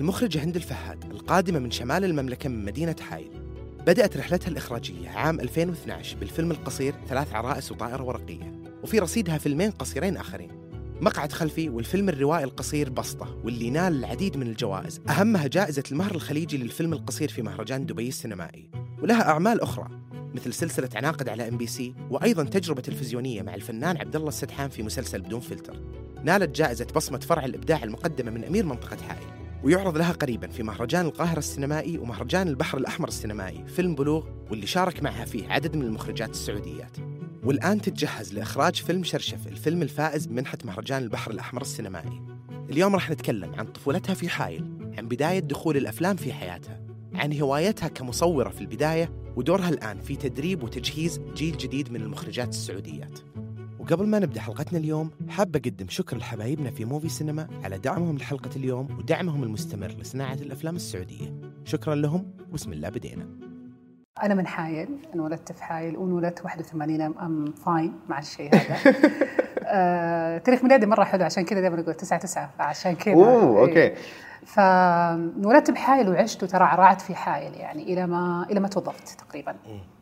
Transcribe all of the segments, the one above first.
المخرجة هند الفهاد القادمة من شمال المملكة من مدينة حائل بدأت رحلتها الإخراجية عام 2012 بالفيلم القصير 3 عرائس وطائرة ورقية، وفي رصيدها فيلمين قصيرين آخرين، مقعد خلفي والفيلم الروائي القصير بسطة، واللي نال العديد من الجوائز، أهمها جائزة المهر الخليجي للفيلم القصير في مهرجان دبي السينمائي. ولها أعمال أخرى مثل سلسلة عناقد على MBC، وأيضاً تجربة تلفزيونية مع الفنان عبد الله السدحان في مسلسل بدون فلتر. نالت جائزة بصمة فرع الإبداع المقدمة من أمير منطقة حائل، ويعرض لها قريباً في مهرجان القاهرة السينمائي ومهرجان البحر الأحمر السينمائي فيلم بلوغ، واللي شارك معها فيه عدد من المخرجات السعوديات. والآن تتجهز لإخراج فيلم شرشف، الفيلم الفائز بمنحة مهرجان البحر الأحمر السينمائي. اليوم راح نتكلم عن طفولتها في حائل، عن بداية دخول الأفلام في حياتها، عن هوايتها كمصورة في البداية، ودورها الآن في تدريب وتجهيز جيل جديد من المخرجات السعوديات. وقبل ما نبدأ حلقتنا اليوم، حاب أقدم شكر لحبايبنا في موفي سينما على دعمهم لحلقة اليوم ودعمهم المستمر لصناعة الأفلام السعودية. شكرا لهم، وبسم الله بدينا. أنا من حائل، انولدت في حائل وانولدت 81. أم فاين مع الشيء هذا. تاريخ ميلادي مرة حلو، عشان كذا دائما أقول 9/9، فعشان كذا. أوكي. فانولدت بحائل وعشت وترعرعت في حائل يعني إلى ما توظفت تقريبا.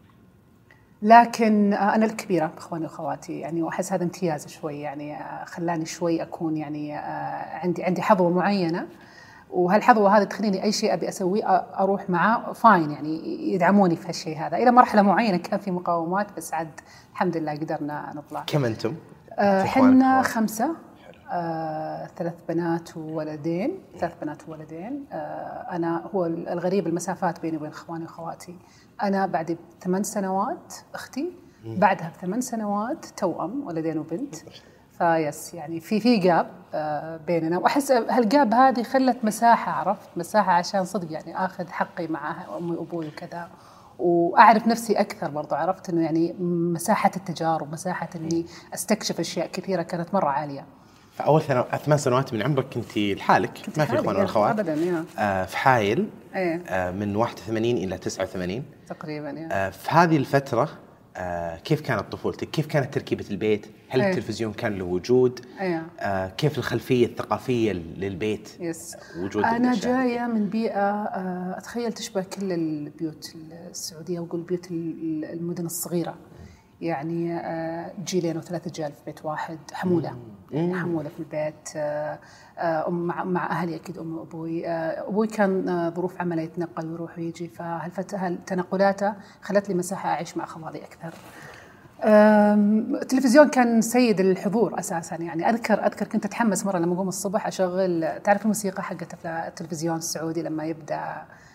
لكن أنا الكبيرة بإخواني وأخواتي يعني، وأحس هذا امتياز شوي يعني، خلاني شوي أكون يعني عندي حظوة معينة، وهالحظوة هذه تخليني أي شيء أبي أسويه أروح معاه فاين يعني، يدعموني في هالشيء هذا. إلى مرحلة معينة كان في مقاومات، بس عاد الحمد لله قدرنا نطلع. كم أنتم؟ حنا 5، 3 بنات وولدين. 3 بنات وولدين. أنا هو الغريب المسافات بيني وبين إخواني وأخواتي. أنا بعد 8 سنوات أختي، بعدها ب8 سنوات توأم ولدين وبنت. فيس يعني في جاب بيننا، وأحس هالجاب هذه خلت مساحة، عرفت، مساحة عشان صدق يعني آخذ حقي مع أمي وأبوي وكذا، وأعرف نفسي أكثر برضو. عرفت إنه يعني مساحة التجارب، مساحة إني أستكشف أشياء كثيرة كانت مرة عالية. فأول 8 سنوات من عمرك كنتي لحالك، ما في إخوان ولا أخوات؟ أبداً. في حائل. إيه. من 81 إلى 89 تقريباً. في هذه الفترة كيف كانت طفولتك؟ كيف كانت تركيبة البيت؟ هل التلفزيون كان له وجود؟ كيف الخلفية الثقافية للبيت؟ وجود أنا جاية من بيئة أتخيل تشبه كل البيوت السعودية، وأقول بيوت المدن الصغيرة يعني، 2 و3 رجال في بيت واحد، حمولة يعني، حمولة في البيت. مع أهلي أكيد، أمي وأبوي. أبوي كان ظروف عمله يتنقل ويروح ويجي، فهالتنقلاته خلت لي مساحة أعيش مع خوالي أكثر. التلفزيون كان سيد الحضور أساساً يعني. أذكر كنت أتحمس مرة لما أقوم الصبح أشغل، تعرف الموسيقى حقت التلفزيون السعودي لما يبدأ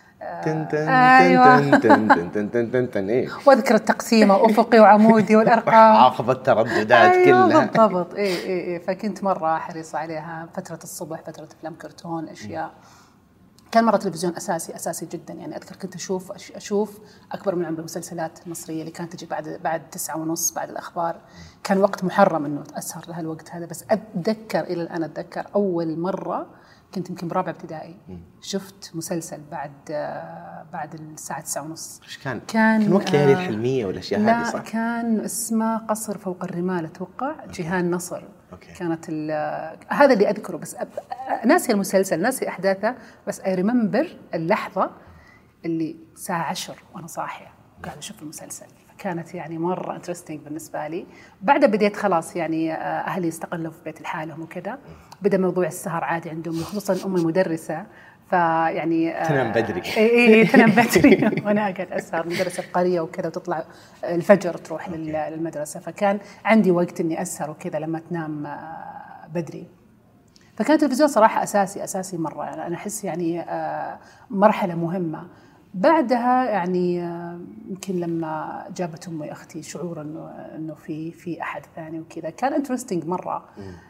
إيه. واذكر التقسيمه افقي وعمودي والارقام، عاقب الترددات كلها بالضبط. اي فكنت مره حريصه عليها. فتره الصبح، فتره افلام كرتون، اشياء كان مره تلفزيون اساسي جدا يعني. اذكر كنت اشوف اكبر من عمري المسلسلات المصريه اللي كانت تجي بعد 9:30 بعد الاخبار. كان وقت محرم انه اسهر لهالوقت هذا. بس اتذكر الى الان، اتذكر اول مره كنت يمكن برابع ابتدائي شفت مسلسل بعد الساعة 9:30. إيش كان وقت ليالي الحلمية والأشياء هذه صح؟ لا، كان اسمه قصر فوق الرمال أتوقع. جيهان نصر. كانت هذا اللي أذكره، بس ناسي المسلسل، ناسي أحداثه، بس I remember اللحظة اللي الساعة 10 وأنا صاحية قاعدة أشوف المسلسل. كانت يعني مرة انترستينج بالنسبة لي. بعدها بديت خلاص يعني أهلي استقلوا في بيت لحالهم وكذا، بدأ موضوع السهر عادي عندهم، خصوصا أمي مدرسة، فيعني تنام بدري. تنام بدري وأنا قاعد أسهر، مدرسة في قرية وكذا، وتطلع الفجر تروح للمدرسة، فكان عندي وقت إني أسهر وكذا لما تنام بدري. فكان التلفزيون صراحة أساسي مرة يعني. أنا أحس يعني مرحلة مهمة. بعدها يعني يمكن لما جابت أمي أختي شعور إنه في أحد ثاني وكذا، كان انترستينج مرة.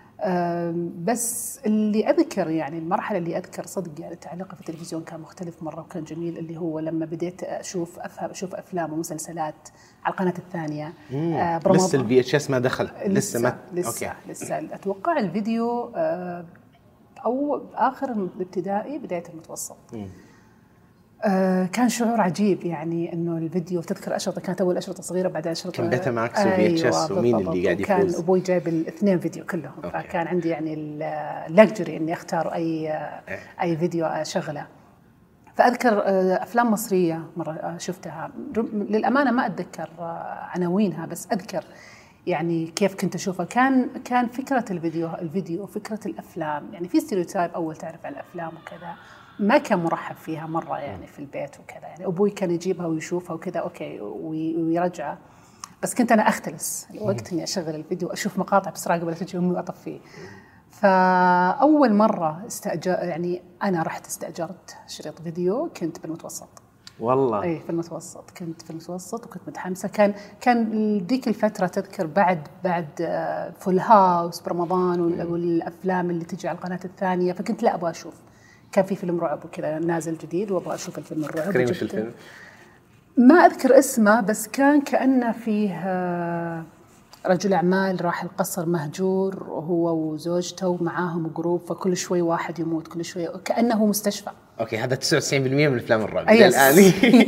بس اللي أذكر يعني المرحلة اللي أذكر صدق يعني تعليقي في التلفزيون كان مختلف مرة وكان جميل، اللي هو لما بديت أشوف أفلام ومسلسلات على القناة الثانية. لسه الVHS ما دخل، لسه أتوقع الفيديو أو آخر الابتدائي بداية المتوسط. كان شعور عجيب يعني انه الفيديو. تذكر اشرطه كانت اول اشرطه صغيره بعدين اشرطه كان بيتا ماكس وفي اتش اس، ومين اللي قاعد يفوز؟ كان ابوي جايب الاثنين فيديو كلهم. فكان عندي يعني اللكجري اني اختار اي فيديو اشغله. فاذكر افلام مصريه مره شفتها، للامانه ما اتذكر عناوينها، بس اذكر يعني كيف كنت اشوفها. كان فكره الفيديو فكره الافلام، يعني في ستيريوتايب اول تعرف عن الافلام وكذا، ما كان مرحب فيها مرة يعني في البيت وكذا. يعني أبوي كان يجيبها ويشوفها وكذا أوكي ويرجعها، بس كنت أنا أختلس الوقت إني أشغل الفيديو أشوف مقاطع بسرعة قبل تجي أمي وأطفيه. فأول مرة يعني أنا رحت استأجرت شريط فيديو كنت بالمتوسط. والله أي في المتوسط، كنت في المتوسط وكنت متحمسة. كان ذيك الفترة تذكر بعد فول هاوس برمضان والأفلام اللي تجي على القناة الثانية، فكنت لا أبغى أشوف. كان في فيلم رعب وكذا نازل جديد وابغى اشوف الفيلم الرعب. تذكرين وش الفيلم؟ ما اذكر اسمه، بس كان كانه فيه رجل اعمال راح القصر مهجور وهو وزوجته ومعاهم جروب، فكل شوي واحد يموت كل شوي، كانه مستشفى. اوكي هذا 99% من افلام الرعب الان.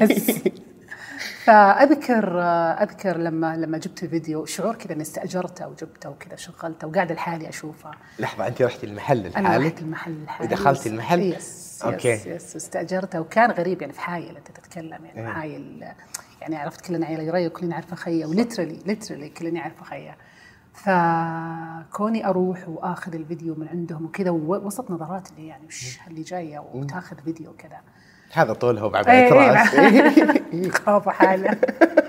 فاذكر لما جبت الفيديو شعور كذا اني استاجرته وجبته وكذا شغلته وقاعد لحالي اشوفه. لحظه، انت رحتي المحل لحالك؟ انا رحت المحل لحالي ودخلتي المحل. يس واستاجرته. وكان غريب يعني في حايل انت تتكلم يعني حايل، يعني عرفت كلنا عيال قريه وكلنا نعرف خيه، وليترلي كلنا نعرف خيه. فكوني اروح واخذ الفيديو من عندهم وكذا، وسط نظرات اللي يعني وش اللي جايه وتاخذ فيديو كذا، هذا طولها وبعبعة راس خاف حاله.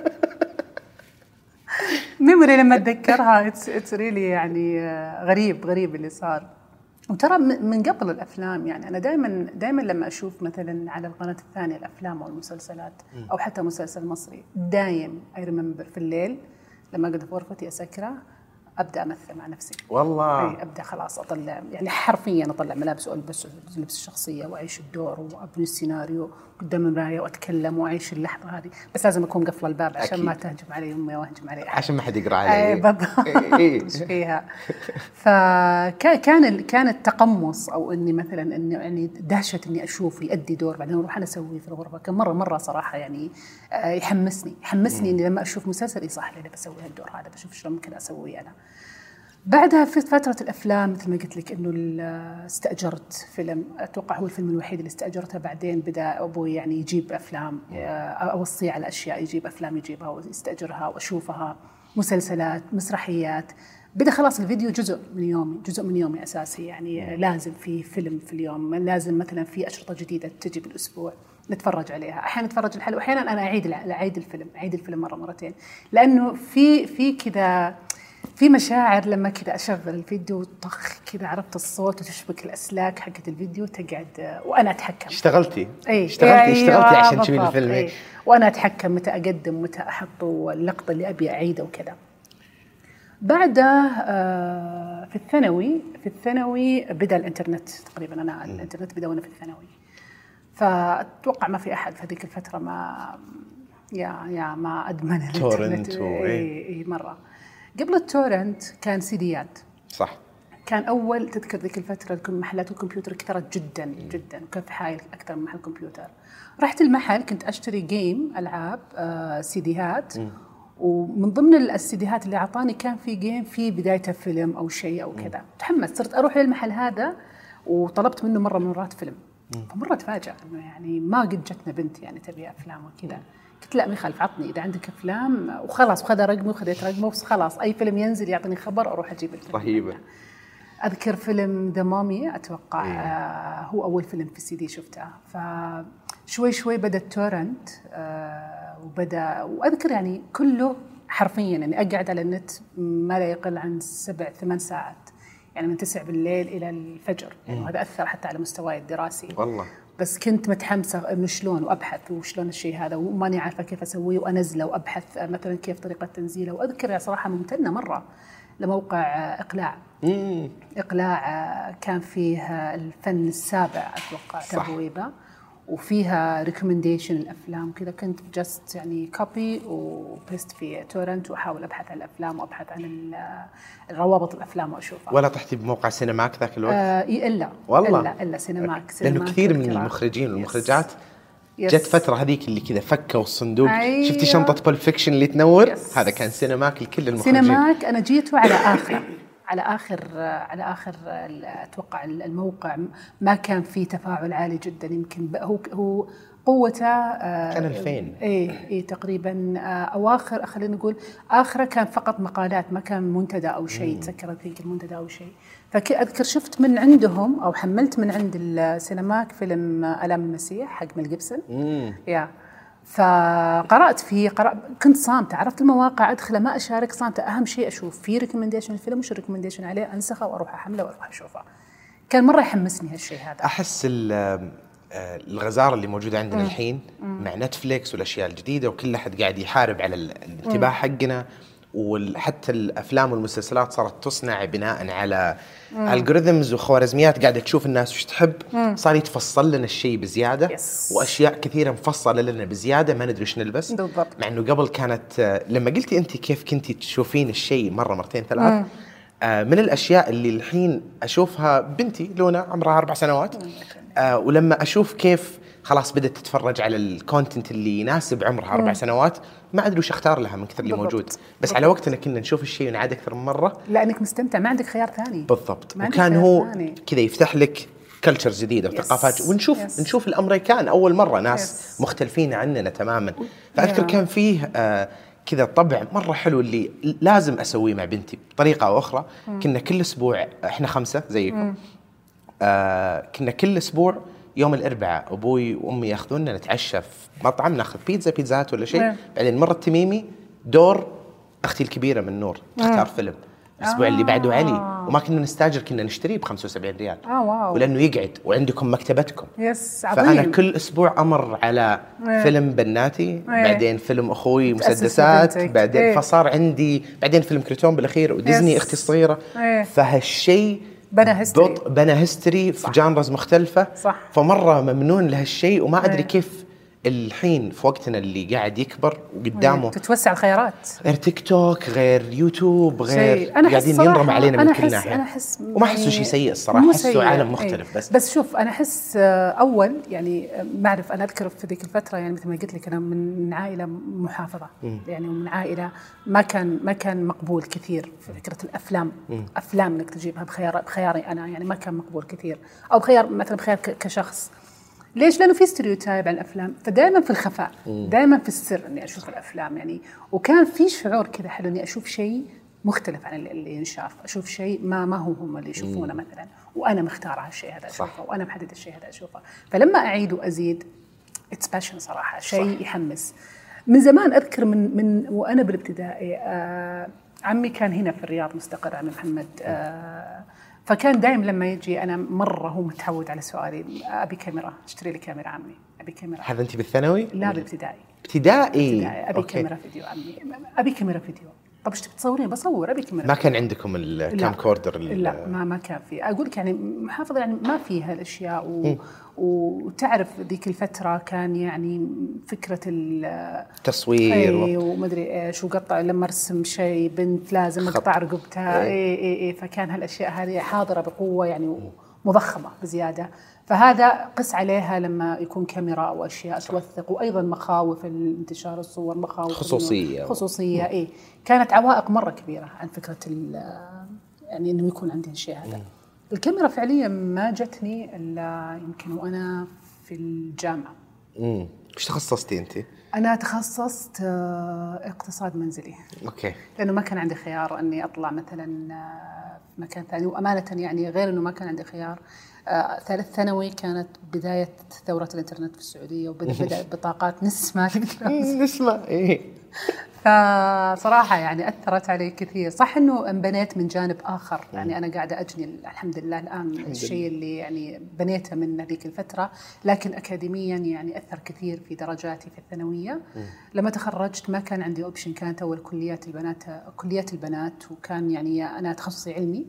ميموري لما اتذكرها اتس ريلي يعني غريب اللي صار. وترى من قبل الافلام، يعني انا دائما لما اشوف مثلا على القناه الثانيه الافلام او المسلسلات او حتى مسلسل مصري، دايم اي ريمبر في الليل لما اقعد في غرفتي اسكره ابدا امثل مع نفسي. والله ابدا خلاص اطلع، يعني حرفيا اطلع ملابس والبس لبس الشخصيه واعيش الدور وابني السيناريو قدام المرايه واتكلم واعيش اللحظه هذه، بس لازم اكون قفله الباب عشان أكيد. ما تهجم علي امي واهجم علي عشان ما حد يقرا علي. بالضبط. ايش فيها. فكان التقمص او اني مثلا اني يعني دهشه اني اشوف يؤدي دور بعدين اروح انا اسويه في الغرفه. كان مره صراحه يعني يحمسني اني لما اشوف مسلسل صح لي بسوي هالدور هذا، بشوف شلون ممكن اسويه انا. بعدها في فترة الأفلام مثل ما قلت لك إنه استأجرت فيلم، أتوقع هو الفيلم الوحيد اللي استأجرته. بعدين بدأ أبوي يعني يجيب أفلام، أوصيه على أشياء، يجيب أفلام يجيبها ويستأجرها وأشوفها، مسلسلات، مسرحيات. بدأ خلاص الفيديو جزء من يومي أساسي، يعني لازم في فيلم في اليوم، لازم مثلا في أشرطة جديدة تجي بالأسبوع نتفرج عليها. أحيانا نتفرج الحلقة وأحيانا أنا أعيد الفيلم مرتين، لأنه في كذا في مشاعر لما كذا أشغل الفيديو طخ كذا، عرفت الصوت وتشبك الأسلاك حقت الفيديو، تقعد وأنا أتحكم. اشتغلتي أيوة عشان تشوفي الفيلم. وأنا أتحكم متى أقدم متى أحط اللقطة اللي أبي أعيدها وكذا. بعده في الثانوي بدأ الإنترنت تقريبا. أنا الإنترنت بدأ وأنا في الثانوي، فأتوقع ما في أحد في هذيك الفترة ما أدمن الإنترنت. مرة قبل التورنت كان سيديات. صح. كان أول تذكر ذيك الفترة محلات الكمبيوتر كثرت جدا وكان في حايل أكثر من محل كمبيوتر. رحت المحل كنت أشتري ألعاب سيديات، ومن ضمن السيديات اللي أعطاني كان في جيم في بدايته فيلم أو شيء أو كذا. تحمست صرت أروح للمحل هذا وطلبت منه مرة من مرات فيلم. فمرة تفاجأ إنه يعني ما قد جتنا بنت يعني تبي أفلام وكذا. قلت لا ما يخالف، عطني إذا عندك أفلام. وخلاص وخذ رقمي وخذيت رقمه وخلاص أي فيلم ينزل يعطيني خبر أروح أجيب الفيلم. رهيبة. أذكر فيلم ذا مامي أتوقع هو أول فيلم في السي دي شفته. فشوي بدأ التورنت وأذكر يعني كله حرفيا يعني أقعد على النت ما لا يقل عن 7-8 ساعات، يعني من 9 بالليل إلى الفجر يعني. وهذا أثر حتى على مستواي الدراسي والله. بس كنت متحمسة إنه شلون وأبحث وشلون الشيء هذا وماني عارفة كيف أسويه وأنزله وأبحث مثلا كيف طريقة تنزيله. وأذكر يا صراحة ممتنة مرة لموقع إقلاع كان فيه الفن السابع أتوقع تبويبة، وفيها ريكومنديشن الأفلام كذا. كنت جست يعني كوبي وبيست في تورنت وأحاول أبحث عن الأفلام وأبحث عن الروابط الأفلام وأشوفها. ولا طحتي بموقع سينماك ذاك الوقت؟ إلا والله إلا سينماك لأنه كثير من المخرجين والمخرجات جت فترة هذيك اللي كذا فكوا الصندوق. أيوة. شفتي شنطة بول فيكشن اللي تنور؟ هذا كان سينماك لكل المخرجين. سينماك أنا جيته على آخر أتوقع الموقع ما كان فيه تفاعل عالي جدا. يمكن هو قوته كان 2000 إيه تقريبا أواخر، خلينا نقول آخره كان فقط مقالات، ما كان منتدى أو شيء تسكرت فيك المنتدى أو شيء. فأذكر شفت من عندهم أو حملت من عند السينماك فيلم ألام المسيح حق ميل جيبسون. فقرأت فيه، كنت صامتة، عرفت المواقع أدخل ما أشارك، صامتة. أهم شيء أشوف في ريكومنديشن الفيلم، وش الريكومنديشن عليه أنسخه وأروح أحمله وأروح أشوفه. كان مرة يحمسني هالشيء هذا. أحس الغزارة اللي موجودة عندنا الحين مع نتفليكس والأشياء الجديدة، وكل أحد قاعد يحارب على الانتباه حقنا، وحتى الأفلام والمسلسلات صارت تصنع بناء على الجوريثمز وخوارزميات قاعدة تشوف الناس وش تحب. صار يتفصل لنا الشيء بزيادة، وأشياء كثيرة مفصلة لنا بزيادة ما ندري وش نلبس. مع أنه قبل كانت لما قلتي أنت كيف كنتي تشوفين الشيء مرة مرتين ثلاث، من الأشياء اللي الحين أشوفها بنتي لونا عمرها 4 سنوات، ولما أشوف كيف خلاص بدأت تتفرج على الكونتنت اللي يناسب عمرها 4 سنوات، ما أدري وش أختار لها من كثر اللي موجود. بس على وقتنا كنا نشوف الشيء ونعاد أكثر من مرة، لأنك مستمتع، ما عندك خيار ثاني. بالضبط. وكان هو كذا يفتح لك كلتشر جديدة وثقافات، ونشوف الأمريكان أول مرة ناس مختلفين عننا تماما. فأذكر كان فيه كذا طبع مرة حلو اللي لازم أسويه مع بنتي بطريقة أو أخرى. كنا كل أسبوع، إحنا 5 زيكم، كنا كل أسبوع يوم الأربعاء أبوي وأمي ياخذوننا نتعشى في مطعم، ناخذ بيتزات ولا شيء. بعدين مرة تميمي دور أختي الكبيرة من نور تختار فيلم، الأسبوع اللي بعده علي، وما كنا نستاجر، كنا نشتريه ب75 ريال. واو. ولأنه يقعد وعندكم مكتبتكم. عظيم. فأنا كل أسبوع أمر على فيلم بناتي، بعدين فيلم أخوي مسدسات، بعدين فصار عندي بعدين فيلم كرتون بالأخير، وديزني أختي الصغيرة. فهالشيء بنى هيستوري في جانرز مختلفة. صح. فمرة ممنون لهالشيء، وما أدري كيف الحين في وقتنا اللي قاعد يكبر وقدامه تتوسع الخيارات، غير تيك توك، غير يوتيوب، غير قاعدين ينرم علينا من كل ناحية. وما أحسه شيء سيء الصراحة، أحسه عالم مختلف. بس شوف، أنا أحس أول يعني ما أعرف، أنا أذكر في ذيك الفترة يعني مثل ما قلت لك، أنا من عائلة محافظة يعني، ومن عائلة ما كان مقبول كثير في فكرة الأفلام. أفلام إنك تجيبها بخياري أنا يعني ما كان مقبول كثير، أو بخيار مثلا بخيار كشخص. ليش؟ لأنه في ستيريوتايب على الأفلام، فدائما في الخفاء، دائما في السر إني أشوف الأفلام يعني. وكان في شعور كذا حلو إني أشوف شيء مختلف عن اللي ينشاف، أشوف شيء ما هو هم اللي يشوفونه مثلا، وأنا مختارة هالشيء هذا أشوفه، وأنا محدد الشيء هذا أشوفه. فلما أعيد وأزيد it's passion صراحة، شيء يحمس. من زمان أذكر من وأنا بالابتدائي، عمي كان هنا في الرياض مستقر، عمي محمد، فكان دائما لما يجي أنا مرة هو متعود على سؤالي، أبي كاميرا، اشتري لي كاميرا عمي، أبي كاميرا. هذا أنت بالثانوي؟ لا بالابتدائي. ابتدائي. أبي كاميرا فيديو عمي، أبي كاميرا فيديو. طب ايش تصورين؟ بصور، أبي كاميرا. ما كان عندكم الكام كوردر؟ لا ما كان في. أقول لك يعني محافظة يعني ما فيها الأشياء وتعرف ذيك الفترة كان يعني فكرة التصوير وما أدري إيش، وقطع لما أرسم شيء بنت لازم أقطع رقبتها. فكان هالأشياء هذه حاضرة بقوة يعني، ومضخمة بزيادة. فهذا قس عليها لما يكون كاميرا أو أشياء توثق، وأيضا مخاوف الانتشار الصور، مخاوف خصوصية. كانت عوائق مرة كبيرة عن فكرة يعني إنه يكون عندي الشيء هذا. الكاميرا فعليا ما جتني إلا يمكن وأنا في الجامعة. إيش تخصصتي أنت؟ أنا تخصصت اقتصاد منزلي. أوكي. لأنه ما كان عندي خيار إني أطلع مثلا في مكان ثاني، وأمانة يعني غير إنه ما كان عندي خيار. ثالث ثانوي كانت بداية ثورة الإنترنت في السعودية، وبدأت بطاقات نسمة. نسمة فصراحة يعني أثرت علي كثير. صح إنه بنيت من جانب آخر، يعني أنا قاعدة أجني الحمد لله الآن الشيء اللي يعني بنيته من هذيك الفترة، لكن أكاديميا يعني أثر كثير في درجاتي في الثانوية. لما تخرجت ما كان عندي أوبشن، كانت أول كليات البنات، وكان يعني أنا تخصصي علمي،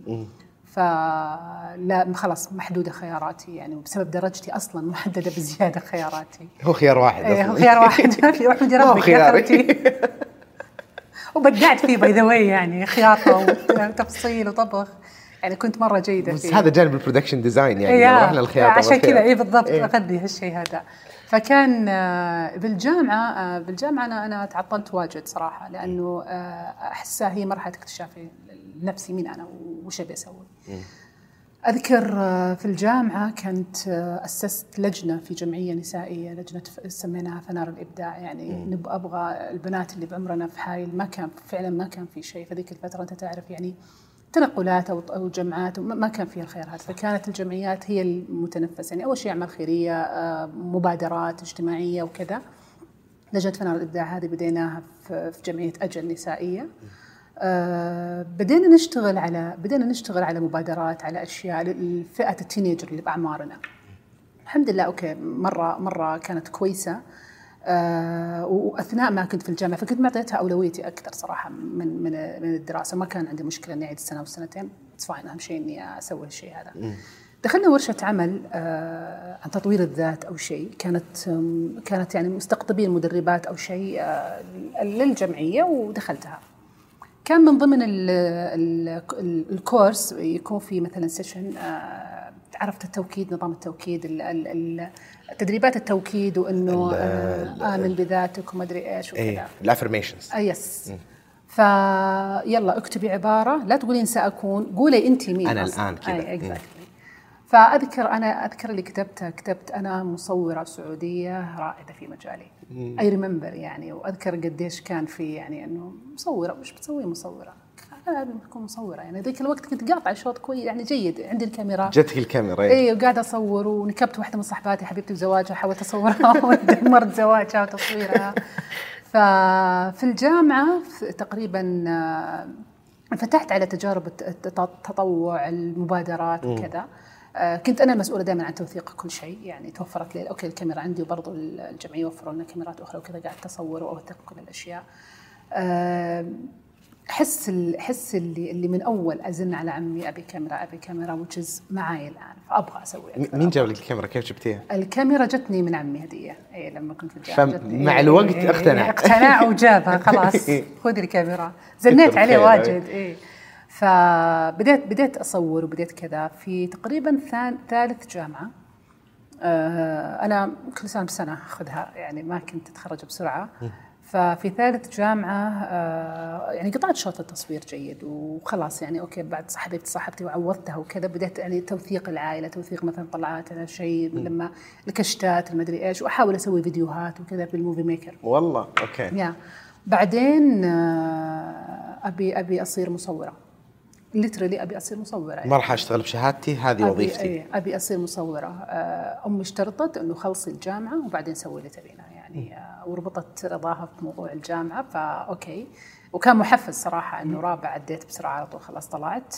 فلا خلاص محدودة خياراتي يعني، وبسبب درجتي أصلا محددة بزيادة خياراتي. هو خيار واحد هو خيار واحد، ما في واحد ربي خياراتي. وبدعت فيه باي ذا واي يعني، خياطة وتفصيل وطبخ يعني، كنت مرة جيدة بس فيه. هذا جانب البرودكشن ديزاين يعني، رحنا الخياطة عشان كذا بالضبط أخذني هالشيء هذا. فكان بالجامعة أنا تعطلت واجد صراحة، لأنه أحسها هي مرحلة اكتشاف نفسي مين أنا وش أبي أسوي. أذكر في الجامعة كنت أسست لجنة في جمعية نسائية، لجنة سميناها فنار الإبداع. يعني أبغى البنات اللي بعمرنا في حايل ما كان في شيء في ذيك الفترة، أنت تعرف يعني تنقلات أو جمعات ما كان فيها الخير هذا. فكانت الجمعيات هي المتنفس، يعني أول شيء أعمال خيرية، مبادرات اجتماعية وكذا. لجنة فنار الإبداع هذه بديناها في جمعية أجل نسائية. بدينا نشتغل على مبادرات، على أشياء لفئة التينيجر اللي بأعمارنا. الحمد لله أوكي مرة كانت كويسة. وأثناء ما كنت في الجامعة فكنت معطيتها أولويتي أكثر صراحة من الدراسة. ما كان عندي مشكلة إني أعيد السنة والسنتين، أهم شيء إني أسوي الشيء هذا. دخلنا ورشة عمل عن تطوير الذات أو شيء، كانت يعني مستقطبين مدربات أو شيء للجمعية، ودخلتها. كان من ضمن الكورس يكون في مثلا سيشن، عرفت التوكيد، نظام التوكيد، تدريبات التوكيد، وانه آمن بذاتك وما ادري ايش وكذا، الافرميشنز. يس. فيلا اكتبي عبارة، لا تقولين سأكون، قولي انت مين انا الان كذا. فأذكر اللي كتبت أنا مصورة سعودية رائدة في مجالي. أي ريممبر يعني. وأذكر قديش كان في يعني إنه مصورة، وش بتسوي مصورة؟ لازم تكون مصورة يعني. ذيك الوقت كنت قاطع شوط كويس يعني جيد، عندي الكاميرا، جتك الكاميرا. إيه، وقاعدة أصور، ونكبت واحدة من صحباتي حبيبتي بزواجها، حاولت أصورها ودمرت زواجها وتصويرها. ففي الجامعة تقريبا فتحت على تجارب التطوع، المبادرات وكذا. كنت أنا مسؤولة دائما عن توثيق كل شيء، يعني توفرت لي أوكي الكاميرا عندي، وبرضو الجمعية وفروا لنا كاميرات أخرى وكذا، قاعد أصور وأوثق كل الأشياء. حس اللي من أول أزن على عمي أبي كاميرا وجز معاي الآن، فأبغى أسوي أكثر. مين جاب لك الكاميرا؟ كيف جبتيها؟ الكاميرا جتني من عمي هدية، لما كنت في الجامعة. مع الوقت اقتنع وجابها خلاص. خذ الكاميرا، زنيت عليه واجد. فبديت أصور وبديت كذا في تقريبا ثالث جامعة. أنا كل سنة بسنة أخذها، يعني ما كنت أتخرج بسرعة. ففي ثالث جامعة يعني قطعت شوط التصوير جيد وخلاص، يعني أوكي بعد صاحبتي وعوضتها وكذا. بديت يعني توثيق العائلة، توثيق مثلا طلعات أنا شيء لما الكشتات المدري إيش، وأحاول أسوي فيديوهات وكذا بالموفي ميكر. والله أوكي. بعدين أبي أصير مصورة، ليترلي أبي أصير مصورة. ما راح أشتغل بشهادتي، هذه وظيفتي. أبي أصير مصورة. أمي اشترطت إنه خلصي الجامعة وبعدين سوي اللي تبينه يعني، وربطت رضاها بموضوع الجامعة. فأوكي، وكان محفز صراحة إنه رابع عديت بسرعة على طول، خلاص طلعت.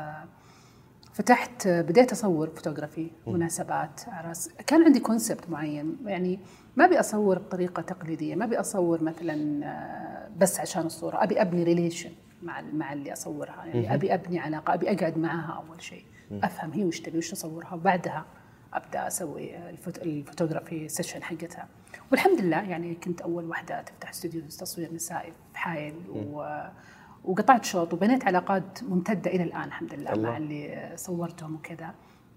بديت أصور فوتوغرافي، مناسبات، عرس. كان عندي كونسبت معين، يعني ما أبي أصور بطريقة تقليدية، ما أبي أصور مثلا بس عشان الصورة. أبي أبني ريليشن مع اللي أصورها، يعني أبي أبني علاقة، أبي أقعد معها أول شيء، أفهم هي وش تبي وش تصورها، وبعدها أبدأ أسوي الفوتوغرافي سيشن حقتها. والحمد لله يعني كنت أول واحدة تفتح استوديو تصوير نسائي في حائل، وقطعت شوط وبنيت علاقات ممتدة إلى الآن الحمد لله مع اللي صورتهم وكذا.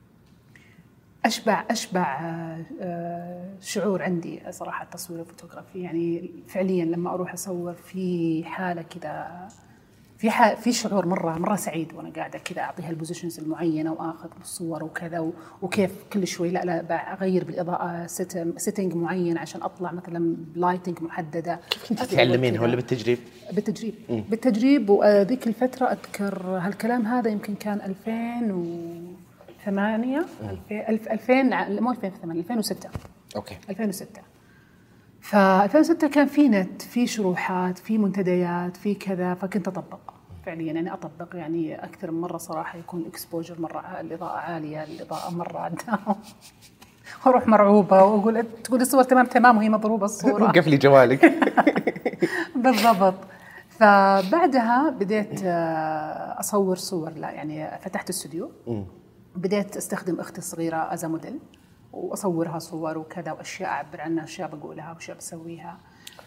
أشبع شعور عندي صراحة التصوير الفوتوغرافي، يعني فعليا لما أروح أصور في حالة كذا، في شعور مرة سعيد وأنا قاعدة كذا أعطيها البوزيشنز المعينة وآخذ الصور وكذا، وكيف كل شوي لا أغير بالإضاءة سيتنج معين عشان أطلع مثلا بلايتنج محددة. كيف كنت تتعلمين ولا بالتجريب؟ بالتجريب. وذيك الفترة أذكر هالكلام هذا يمكن كان 2008 مو 2008 2006. أوكي 2006. ف2006 كان في نت، في شروحات، في منتديات، في كذا. فكنت أطبق فعليا، يعني أطبق يعني أكثر من مرة صراحة. يكون الإكسبوجر مرة الإضاءة عالية، الإضاءة مرة داون، أروح مرعوبة وأقول تقول الصور تمام وهي مضروبة الصورة. وقف لي جوالك. بالضبط. فبعدها بديت أصور صور، لا يعني فتحت استوديو، بديت أستخدم أختي الصغيرة أز موديل، وأصورها صور وكذا، وأشياء أعبر عنها، أشياء بقولها وأشياء بسويها.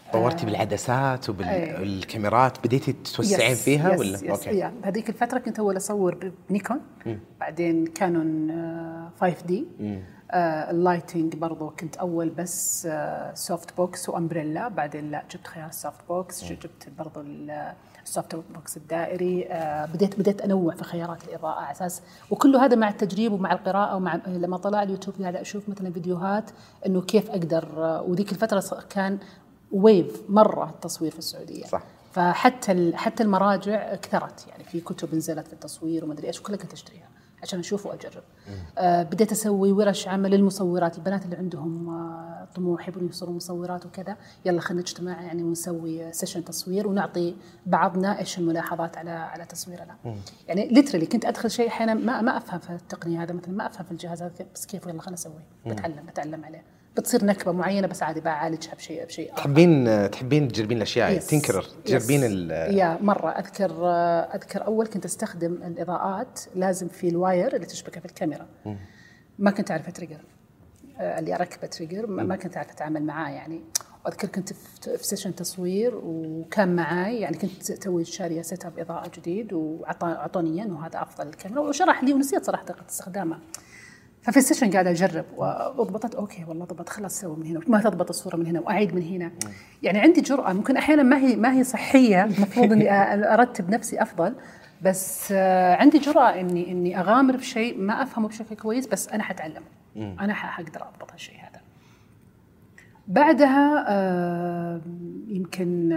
طورتي بالعدسات وبالكاميرات، بديتي تتوسعين فيها ولا؟ اوكي. بهذيك الفتره كنت اول اصور بنيكون، بعدين كانون 5D. اللايتنج برضو كنت اول بس سوفت بوكس وامبريلا، بعدين لا جبت خيار السوفت بوكس، جبت برضو السوفت بوكس الدائري. بديت انوع في خيارات الاضاءه على اساس، وكله هذا مع التجريب ومع القراءه ومع لما طلع اليوتيوب قاعد اشوف مثلا فيديوهات انه كيف اقدر. وذيك الفتره كان ويف مره التصوير في السعوديه، صح. فحتى المراجع كثرت، يعني في كتب نزلت في التصوير وما ادري ايش، كلها كنت اشتريها عشان اشوف واجرب. بديت اسوي ورش عمل للمصورات، البنات اللي عندهم طموح يبغوا يصوروا مصورات وكذا، يلا خلينا نجتمع يعني ونسوي سيشن تصوير ونعطي بعضنا ايش الملاحظات على تصويرنا. يعني ليترلي كنت ادخل شيء احيانا ما افهم في التقنيه، هذا مثلا ما افهم في الجهاز هذا بس كيف، يلا خلينا نسوي، بتعلم عليه، بتصير نكبه معينه بس عادي بعالجها بشيء تحبين تجربين الاشياء، تنكرر تجربين يا مره. اذكر اول كنت استخدم الاضاءات لازم في الواير اللي تشبكه في الكاميرا، ما كنت اعرف تريجر اللي اركب تريجر، ما كنت اعرف اتعامل معاه يعني. واذكر كنت في سيشن تصوير وكان معاي، يعني كنت توي شاريه سيت اب اضاءه جديد واعطوني انه هذا افضل الكاميرا وشرح لي ونسيت صراحه طريقه استخدامها. ففي السيشن قاعده اجرب وضبطت، اوكي والله ضبط، خلاص سوي من هنا، ما تضبط الصوره من هنا واعيد من هنا. يعني عندي جرأة، ممكن احيانا ما هي صحيه، المفروض اني ارتب نفسي افضل، بس عندي جرأة اني اغامر بشيء ما افهمه بشكل كويس، بس انا حتعلم، انا حقدر اضبط هالشيء هذا. بعدها يمكن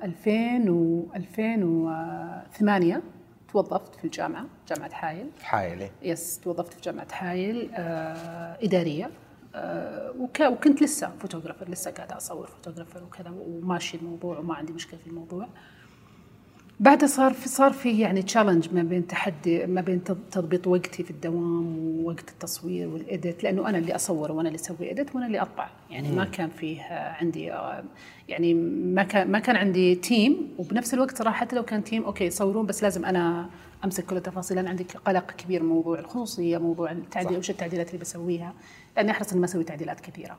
2008 توظفت في جامعة حايل. يس، توظفت في جامعة حايل إدارية، وكنت لسه فوتوغرافر، لسه قاعدة أصور فوتوغرافر وكذا، وماشي الموضوع وما عندي مشكلة في الموضوع. بعد صار في يعني تشالنج ما بين تحدي، ما بين تضبيط وقتي في الدوام ووقت التصوير والإيديت، لأنه أنا اللي أصور وأنا اللي أسوي إيديت وأنا اللي أطبع، يعني ما كان فيه عندي يعني ما كان عندي تيم. وبنفس الوقت صراحة حتى لو كان تيم أوكي يصورون، بس لازم أنا أمسك كل التفاصيل. أنا عندي قلق كبير موضوع الخصوصية، موضوع التعديل، وش التعديلات اللي بسويها، لأني أحرص إني ما أسوي تعديلات كثيرة.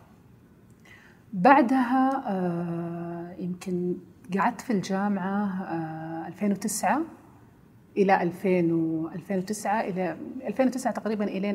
بعدها يمكن قعدت في الجامعة 2009 إلى 2009 تقريبا إلين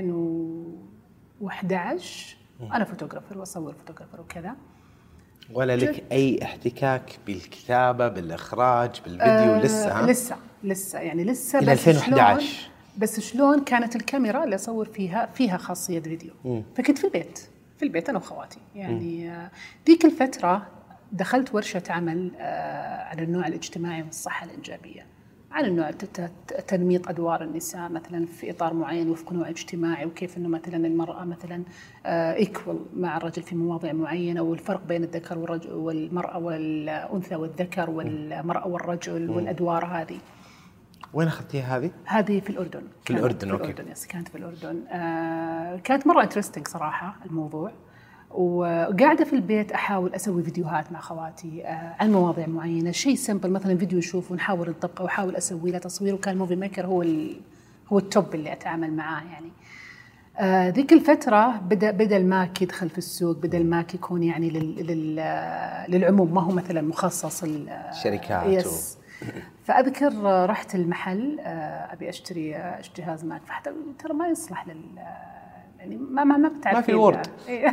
2011 أنا فوتوغرافر وأصور فوتوغرافر وكذا. ولا لك أي احتكاك بالكتابة بالإخراج بالفيديو؟ لسه يعني لسه إلى 2011. بس شلون كانت الكاميرا اللي أصور فيها خاصية فيديو، فكنت في البيت أنا وخواتي يعني. ذيك الفترة دخلت ورشة عمل على النوع الاجتماعي والصحة الإنجابية، عن النوع تنميط أدوار النساء مثلا في إطار معين وفق نوع اجتماعي، وكيف إنه مثلا المرأة مثلا إيكوال مع الرجل في مواضيع معينة، والفرق بين الذكر والرجل والمرأة والأنثى والذكر والمرأة والرجل والأدوار هذه. وين أخذتيها هذه؟ هذه في الأردن. في الأردن، أوكي. الأردن، يس، كانت في الأردن. كانت مرة انترستينج صراحة الموضوع، وقاعدة في البيت أحاول أسوي فيديوهات مع خواتي عن مواضيع معينة، شيء سمبل مثلا فيديو نشوفه ونحاول نطبقه وحاول أسوي له تصوير، وكان موفي ميكر هو التوب اللي أتعامل معاه يعني. ذيك الفترة بدأ الماك يدخل في السوق، بدأ الماك يكون يعني للعموم، ما هو مثلا مخصص الشركات. يس. فأذكر رحت المحل أبي أشتري جهاز ماك، فحتى ترى ما يصلح يعني ما بتعرف، ما في وورد.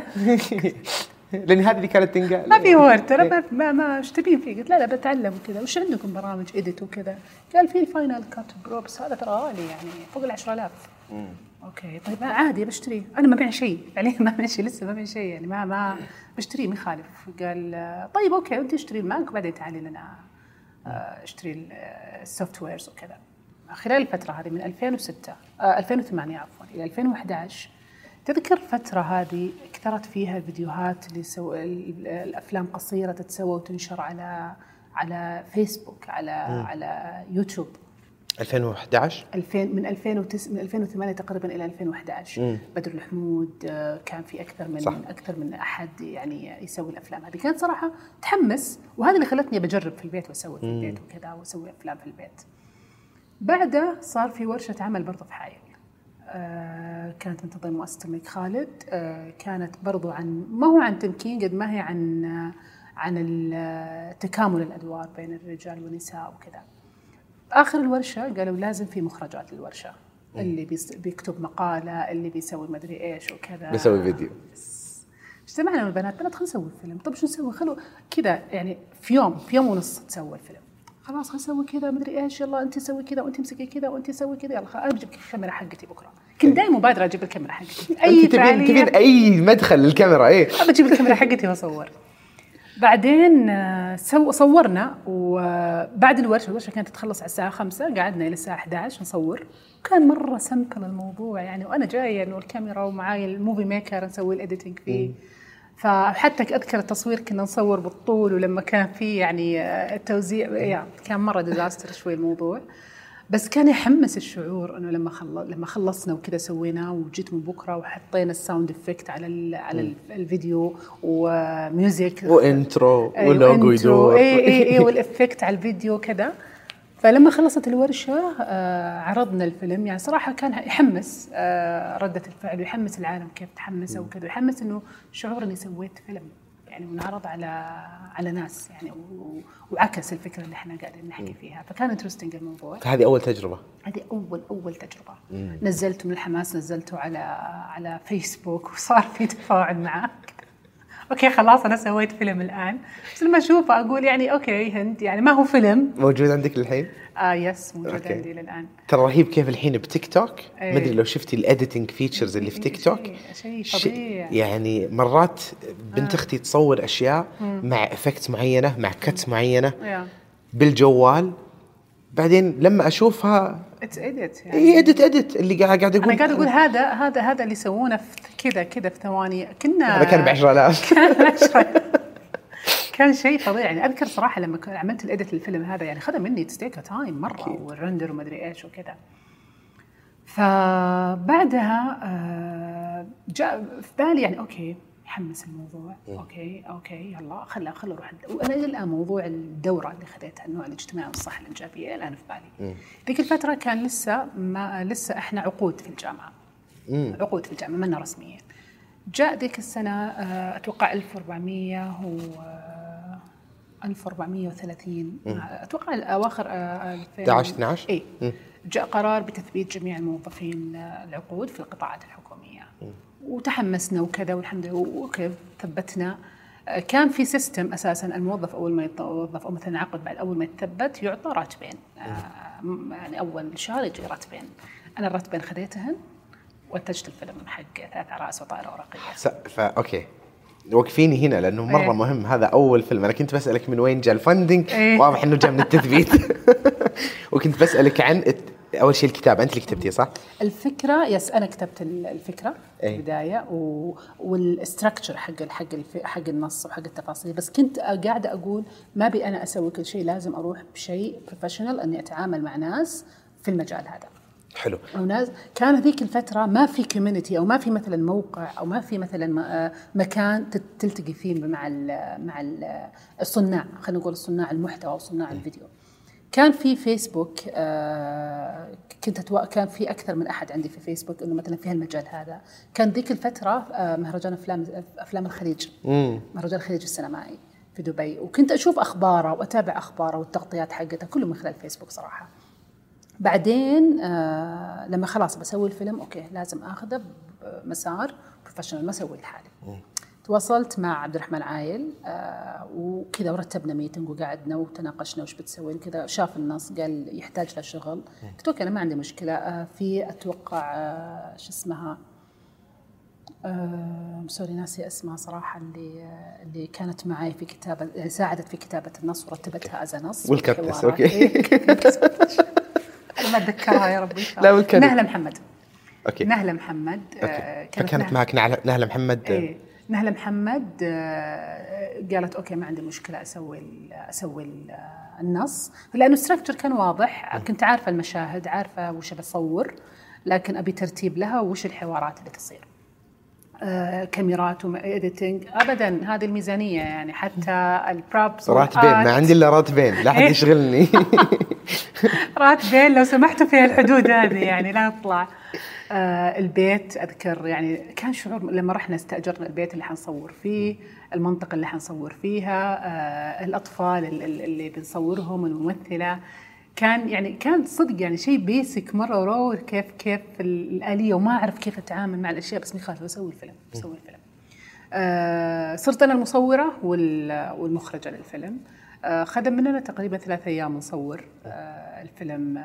لأن هذه اللي كانت تنقال، ما في وورد ترى، ما ايش تبين فيه؟ قلت لا بتعلم وكذا. وش عندكم برامج إديت وكذا؟ قال في الفاينل كات برو، بس هذا ترى غالي يعني فوق 10,000. اوكي طيب عادي بشتري، انا ما بيع شيء يعني، ما بيع شيء لسه، ما بيع شيء يعني، ما بشتري ما يخالف. قال طيب اوكي انت اشتري الماك وبعدين تعالي لنا اشتري السوفت ويرز وكذا. خلال الفترة هذه من 2008 عفوا إلى 2011 تذكر الفترة هذه كثرت فيها فيديوهات الأفلام قصيرة تتسوى وتنشر على فيسبوك، على يوتيوب. 2011 من 2008 تقريبا إلى 2011. بدر الحمود كان في أكثر من أحد يعني يسوي الأفلام هذه. كانت صراحة تحمس، وهذا اللي خلتني بجرب في البيت وأسوي في البيت وكذا، وأسوي أفلام في البيت. بعده صار في ورشة عمل برضه في حايل، كانت من تنظيم مؤسسة الملك خالد. كانت برضو ما هو عن تمكين قد ما هي تكامل الأدوار بين الرجال والنساء وكذا. آخر الورشة قالوا لازم في مخرجات للورشة، اللي بيكتب مقالة، اللي بيسوي مدري إيش وكذا، بيسوي فيديو. اجتمعنا البنات خلينا نسوي فيلم. طب شو نسوي؟ خلوا كذا يعني في يوم ونص تسوي الفيلم. خلاص خلينا نسوي كذا مدري ايش، يلا انت سوي كذا وانت امسكي كذا وانت سوي كذا، يلا انا بجيب الكاميرا حقتي بكره. كنت دائما مبادره اجيب الكاميرا حقتي اي فعاليه، تبين اي مدخل للكاميرا. ايه بجيب الكاميرا حقتي واصور. بعدين صورنا، وبعد الورشه كانت تخلص على الساعه 5، قعدنا الى الساعه 11 نصور. كان مره سمبل الموضوع يعني، وانا جايه انه الكاميرا ومعاي الموفي ميكر نسوي الاديتنج فيه. فحتى أذكر التصوير كنا نصور بالطول، ولما كان في يعني التوزيع يعني كان مرة ديزاستر شوي الموضوع، بس كان يحمس الشعور إنه لما خلصنا وكذا سويناه، وجيت من بكرة وحطينا الساوند إفكت على الفيديو وميوزك وإنترو ولوجو يدور والإفكت على الفيديو كذا. فلما خلصت الورشة عرضنا الفيلم. يعني صراحة كان يحمس ردة الفعل، ويحمس العالم كيف تحمسوا وكذا، ويحمس إنه شعور إني سويت فيلم يعني، ونعرض على ناس يعني، وعكس الفكرة اللي إحنا قاعدين نحكي فيها. فكان انترستينج الموضوع. هذه أول تجربة. هذه أول تجربة. نزلته من الحماس، نزلته على فيسبوك، وصار في تفاعل معه. اوكي خلاص انا سويت فيلم الان. بس لما اشوفه اقول يعني اوكي هند يعني ما هو فيلم. موجود عندك للحين؟ يس موجود عندي للان. ترى رهيب كيف الحين بتيك توك. ما ادري لو شفتي الاديتنج فيتشرز اللي في تيك توك، شيء فظيع يعني. مرات بنت اختي تصور اشياء مع افكت معينه، مع كتس معينه بالجوال، بعدين لما اشوفها اديت يعني. اي اديت اللي قاعد اقول، انا قاعد اقول هذا اللي يسوونه في كذا في ثواني. كنا هذا كان ب10,000 كان شيء فظيع يعني. اذكر صراحه لما عملت الاديت للفيلم هذا يعني خذ مني تستيك تايم مره، والرندر وما ادري ايش وكذا. فبعدها جاء في بالي يعني اوكي يحمس الموضوع. اوكي يلا خلنا نروح. وانا الى موضوع الدوره اللي خذيتها، النوع الاجتماعي والصحه الانجابيه، الان في بالي. ذيك الفتره كان لسه احنا عقود في الجامعه. عقود في الجامعه منا رسميا. جاء ذيك السنه اتوقع 1430 اتوقع اواخر 11 اي جاء قرار بتثبيت جميع الموظفين العقود في القطاعات الحكوميه. وتحمسنا وكذا والحمد لله وكيف ثبتنا. كان في سيستم اساسا، الموظف اول ما يتوظف او مثلا عقد بعد اول ما يتثبت يعطى راتبين. يعني اول شهر يجي راتبين. انا الراتبين خذيتهن وانتجت الفيلم حق 3 عرائس وطائره ورقيه. اوكي وقفيني هنا لانه مره مهم. هذا اول فيلم. انا كنت بسالك من وين جاء الفندنج. واضح انه جاء من التثبيت. وكنت بسالك عن اول شيء الكتابه. انت اللي كتبتيه صح؟ الفكره يس انا كتبت الفكره في البدايه والاستراكشر حق النص وحق التفاصيل. بس كنت قاعده اقول ما ابي انا اسوي كل شيء، لازم اروح بشيء بروفيشنال، اني اتعامل مع ناس في المجال هذا. حلو. وناس كان هذيك الفتره ما في كوميونتي، او ما في مثلا موقع، او ما في مثلا مكان تلتقي فيه مع الصناع، خلينا نقول صناع المحتوى وصناع الفيديو. كان في فيسبوك. كان في اكثر من احد عندي في فيسبوك انه مثلا في هالمجال هذا. كان ذيك الفتره مهرجان افلام الخليج، مهرجان الخليج السينمائي في دبي، وكنت اشوف اخباره واتابع اخباره والتغطيات حقتها كله من خلال فيسبوك صراحه. بعدين لما خلاص بسوي الفيلم اوكي لازم اخذه بمسار بروفيشنال، ما اسوي لحالي. تواصلت مع عبد الرحمن عايل وكذا، ورتبنا ميتنج وقعدنا وتناقشنا وش بتسوي كذا. شاف النص قال يحتاج له شغل. قلت اوكي انا ما عندي مشكله. في اتوقع شو اسمها سوري ناسي اسمها صراحه، اللي كانت معي في كتابه، يعني ساعدت في كتابه النص ورتبتها از نص. والكابتس اوكي ما اتذكرها يا ربي. لا نهله محمد. اوكي نهله محمد. كانت معك نهله محمد. نهله محمد قالت اوكي ما عندي مشكله اسوي النص، لانه الستراكشر كان واضح. كنت عارفه المشاهد، عارفه وش بصور، لكن ابي ترتيب لها وش الحوارات اللي تصير. كاميرات وإيديتنج أبدا، هذه الميزانية يعني حتى البروبس راتبين، ما عندي إلا راتبين، لا حد يشغلني. راتبين لو سمحتوا في الحدود هذه يعني لا نطلع. البيت أذكر يعني كان شعور لما رحنا استأجرنا البيت اللي حنصور فيه، المنطقة اللي حنصور فيها، الأطفال اللي بنصورهم، الممثلة، كان صدق يعني شيء بيسك مرة ورو كيف الآلية، وما أعرف كيف أتعامل مع الأشياء، بس مخالف بسوي الفيلم. صرت أنا المصورة والمخرجة للفيلم. خدم مننا تقريبا 3 أيام نصور الفيلم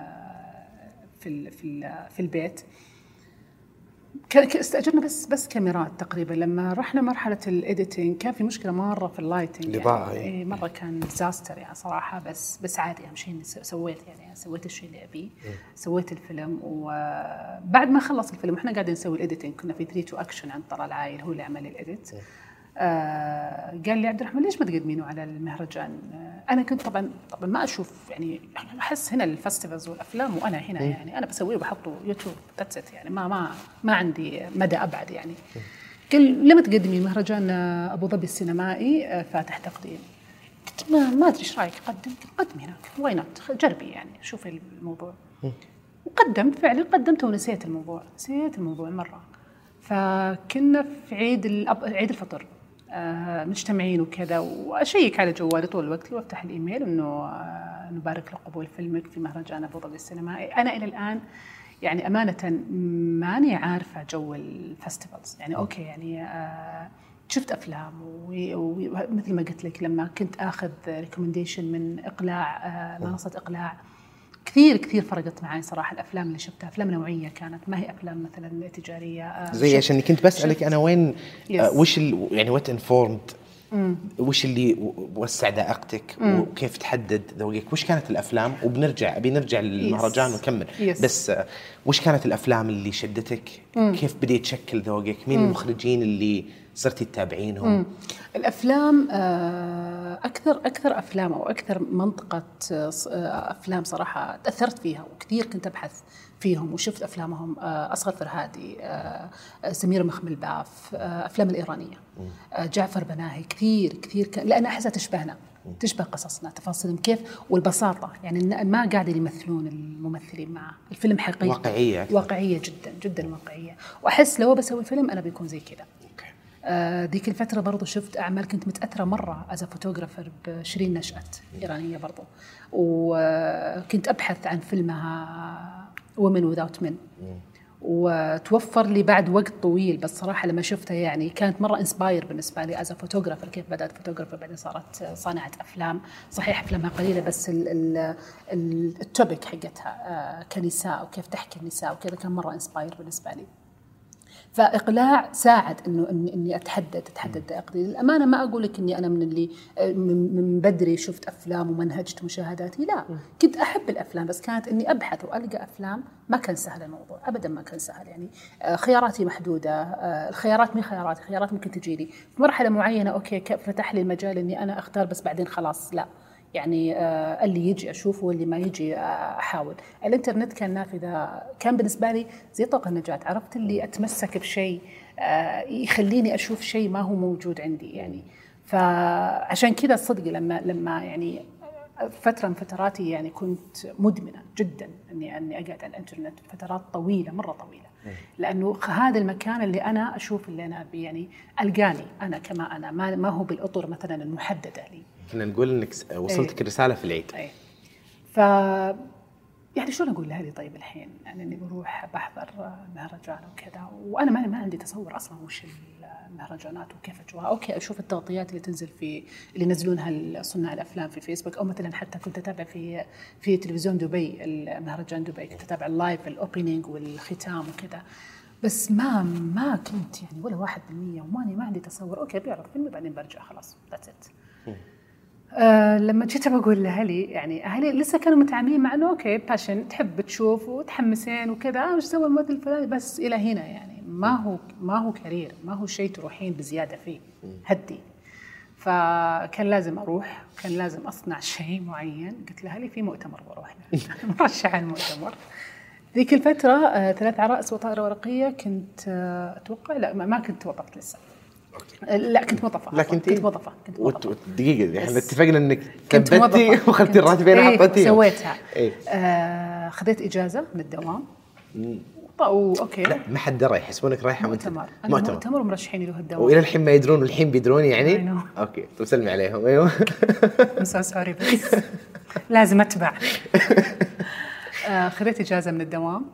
في البيت. استأجرنا بس كاميرات تقريبا. لما رحنا مرحلة الإيديتينج كان في مشكلة مرة في اللايتنج يعني مرة كان ديزاستر يعني صراحة، بس عادي. أهم شيء سويت الشيء اللي أبيه، سويت الفيلم. وبعد ما خلص الفيلم إحنا قاعدين نسوي الإيديتينج، كنا في 3 to Action عند طلال عايل، هو اللي عمل الإيديت. قال لي عبد الرحمن ليش ما تقدمينه على المهرجان؟ أنا كنت طبعا ما أشوف يعني، أحس هنا الفستيفالز والأفلام وأنا هنا يعني أنا بسويه وبحطه يوتيوب تاتسيت يعني ما عندي مدى أبعد يعني. قال لما تقدمي مهرجان أبو ظبي السينمائي فاتح تقديم. قلت ما أدري إيش رأيك قدمي هناك، واي نوت، جربي يعني شوفي الموضوع. وقدمت فعلا، قدمت ونسيت الموضوع مرة. فكنا في عيد الفطر مجتمعين وكذا، وأشيك على جوالي طول الوقت وافتح الإيميل إنه نبارك لقبول فيلمك في مهرجان أبو ظبي السينمائي. أنا إلى الآن يعني أمانة ماني عارفة جو الفستيفالز يعني. أوكي يعني شفت أفلام ومثل ما قلت لك لما كنت أخذ ريكومنديشن من إقلاع منصة إقلاع، كثير فرقت معي صراحة. الأفلام اللي شفتها أفلام نوعية كانت، ما هي أفلام مثلا تجارية. زي عشان كنت بسألك أنا وين وش يعني وات انفورمد، وش اللي وسع ذائقتك وكيف تحدد ذوقك؟ وش كانت الأفلام؟ وبنرجع للمهرجان ونكمل. بس وش كانت الأفلام اللي شدتك؟ كيف بديت تشكل ذوقك؟ مين المخرجين اللي صرتي تتابعينهم؟ الأفلام أكثر أفلام أو أكثر منطقة أفلام صراحة تأثرت فيها وكثير كنت أبحث فيهم وشفت أفلامهم. أصغر فرهادي، سمير مخمل-باف، أفلام الإيرانية، جعفر بناهي، كثير لأن أحسها تشبه قصصنا، تفاصيلهم كيف والبساطة يعني ما قاعدين يمثلون الممثلين معه. الفيلم حقيقي واقعية جدا واقعية. وأحس لو بسوي فيلم أنا بيكون زي كذا. ذيك الفترة برضو شفت أعمال كنت متأثرة مرة as a photographer بشيرين نشأت، إيرانية برضو، وكنت أبحث عن فيلمها Women Without Men، وتوفر لي بعد وقت طويل. بس صراحة لما شفتها يعني كانت مرة انسباير بالنسبة لي as a photographer. كيف بدأت photographer بعدين صارت صانعة أفلام. صحيح أفلامها قليلة بس التوبيك حقتها كنساء وكيف تحكي النساء وكذا كان مرة انسباير بالنسبة لي. فإقلاع ساعد إني أتحدد ذائقتي. للأمانة ما أقول لك إني أنا من اللي من بدري شفت أفلام ومنهجت مشاهداتي، لا، كنت أحب الأفلام بس كانت إني أبحث وألقى أفلام. ما كان سهل الموضوع أبدا، ما كان سهل يعني. خياراتي محدودة، الخيارات خيارات ممكن تجيلي في مرحلة معينة. أوكي فتح لي المجال إني أنا أختار، بس بعدين خلاص لا يعني اللي يجي أشوفه واللي ما يجي أحاول. الإنترنت كان نافذة، كان بالنسبة لي زي طوق النجاة. عرفت اللي أتمسك بشيء يخليني أشوف شيء ما هو موجود عندي يعني. فعشان كذا الصدق لما يعني فترة من فتراتي يعني كنت مدمنة جدا أني أقعد على الإنترنت فترات طويلة، مرة طويلة، لأنه هذا المكان اللي أنا أشوف اللي أنا أبي يعني ألقاني أنا كما أنا، ما هو بالأطر مثلا المحددة لي. كنا نقول إنك وصلتك رسالة في العيد. يعني شو أقول لها لي طيب الحين يعني إني بروح بحضر مهرجان وكذا وأنا ما عندي تصور أصلاً وش المهرجانات وكيف أجواها. أوكي أشوف التغطيات اللي تنزل اللي ينزلونها صناع الأفلام في فيسبوك، أو مثلاً حتى كنت أتابع في تلفزيون دبي، المهرجان دبي، كنت أتابع اللايف الأوبنينج والختام وكذا. بس ما كنت يعني ولا 1%، وما عندي تصور. أوكي بيعرض فيلم بعدين برجع خلاص that's it. لما جيت بقول لأهلي، يعني أهلي لسه كانوا متعاملين مع إنه أوكي باشن، تحب تشوف وتحمسين وكذا، وش سوى الممثل الفلاني، بس إلى هنا يعني ما هو كارير، ما هو شيء تروحين بزيادة فيه، هدي. فكان لازم أروح، كان لازم أصنع شيء معين. قلت لأهلي في مؤتمر بروح له مرشح المؤتمر. ذيك الفترة 3 عرائس وطائرة ورقية كنت أتوقع، لا ما كنت وظفت لسه. لا كنت موظفة. كنت موظفة. دقيقة احنا اتفقنا انك ثبتي واخذتي الراتبين حطيتيها. سويتها. خذيت إجازة من الدوام. اوكي. لا ما حد درى، يحسبونك رايحة مؤتمر ومرشحيني له الدوام. والى الحين ما يدرون، والحين بيدرون يعني. اوكي طيب سلمي عليهم. ايوه سوري بس لازم اتبع. خذيت إجازة من الدوام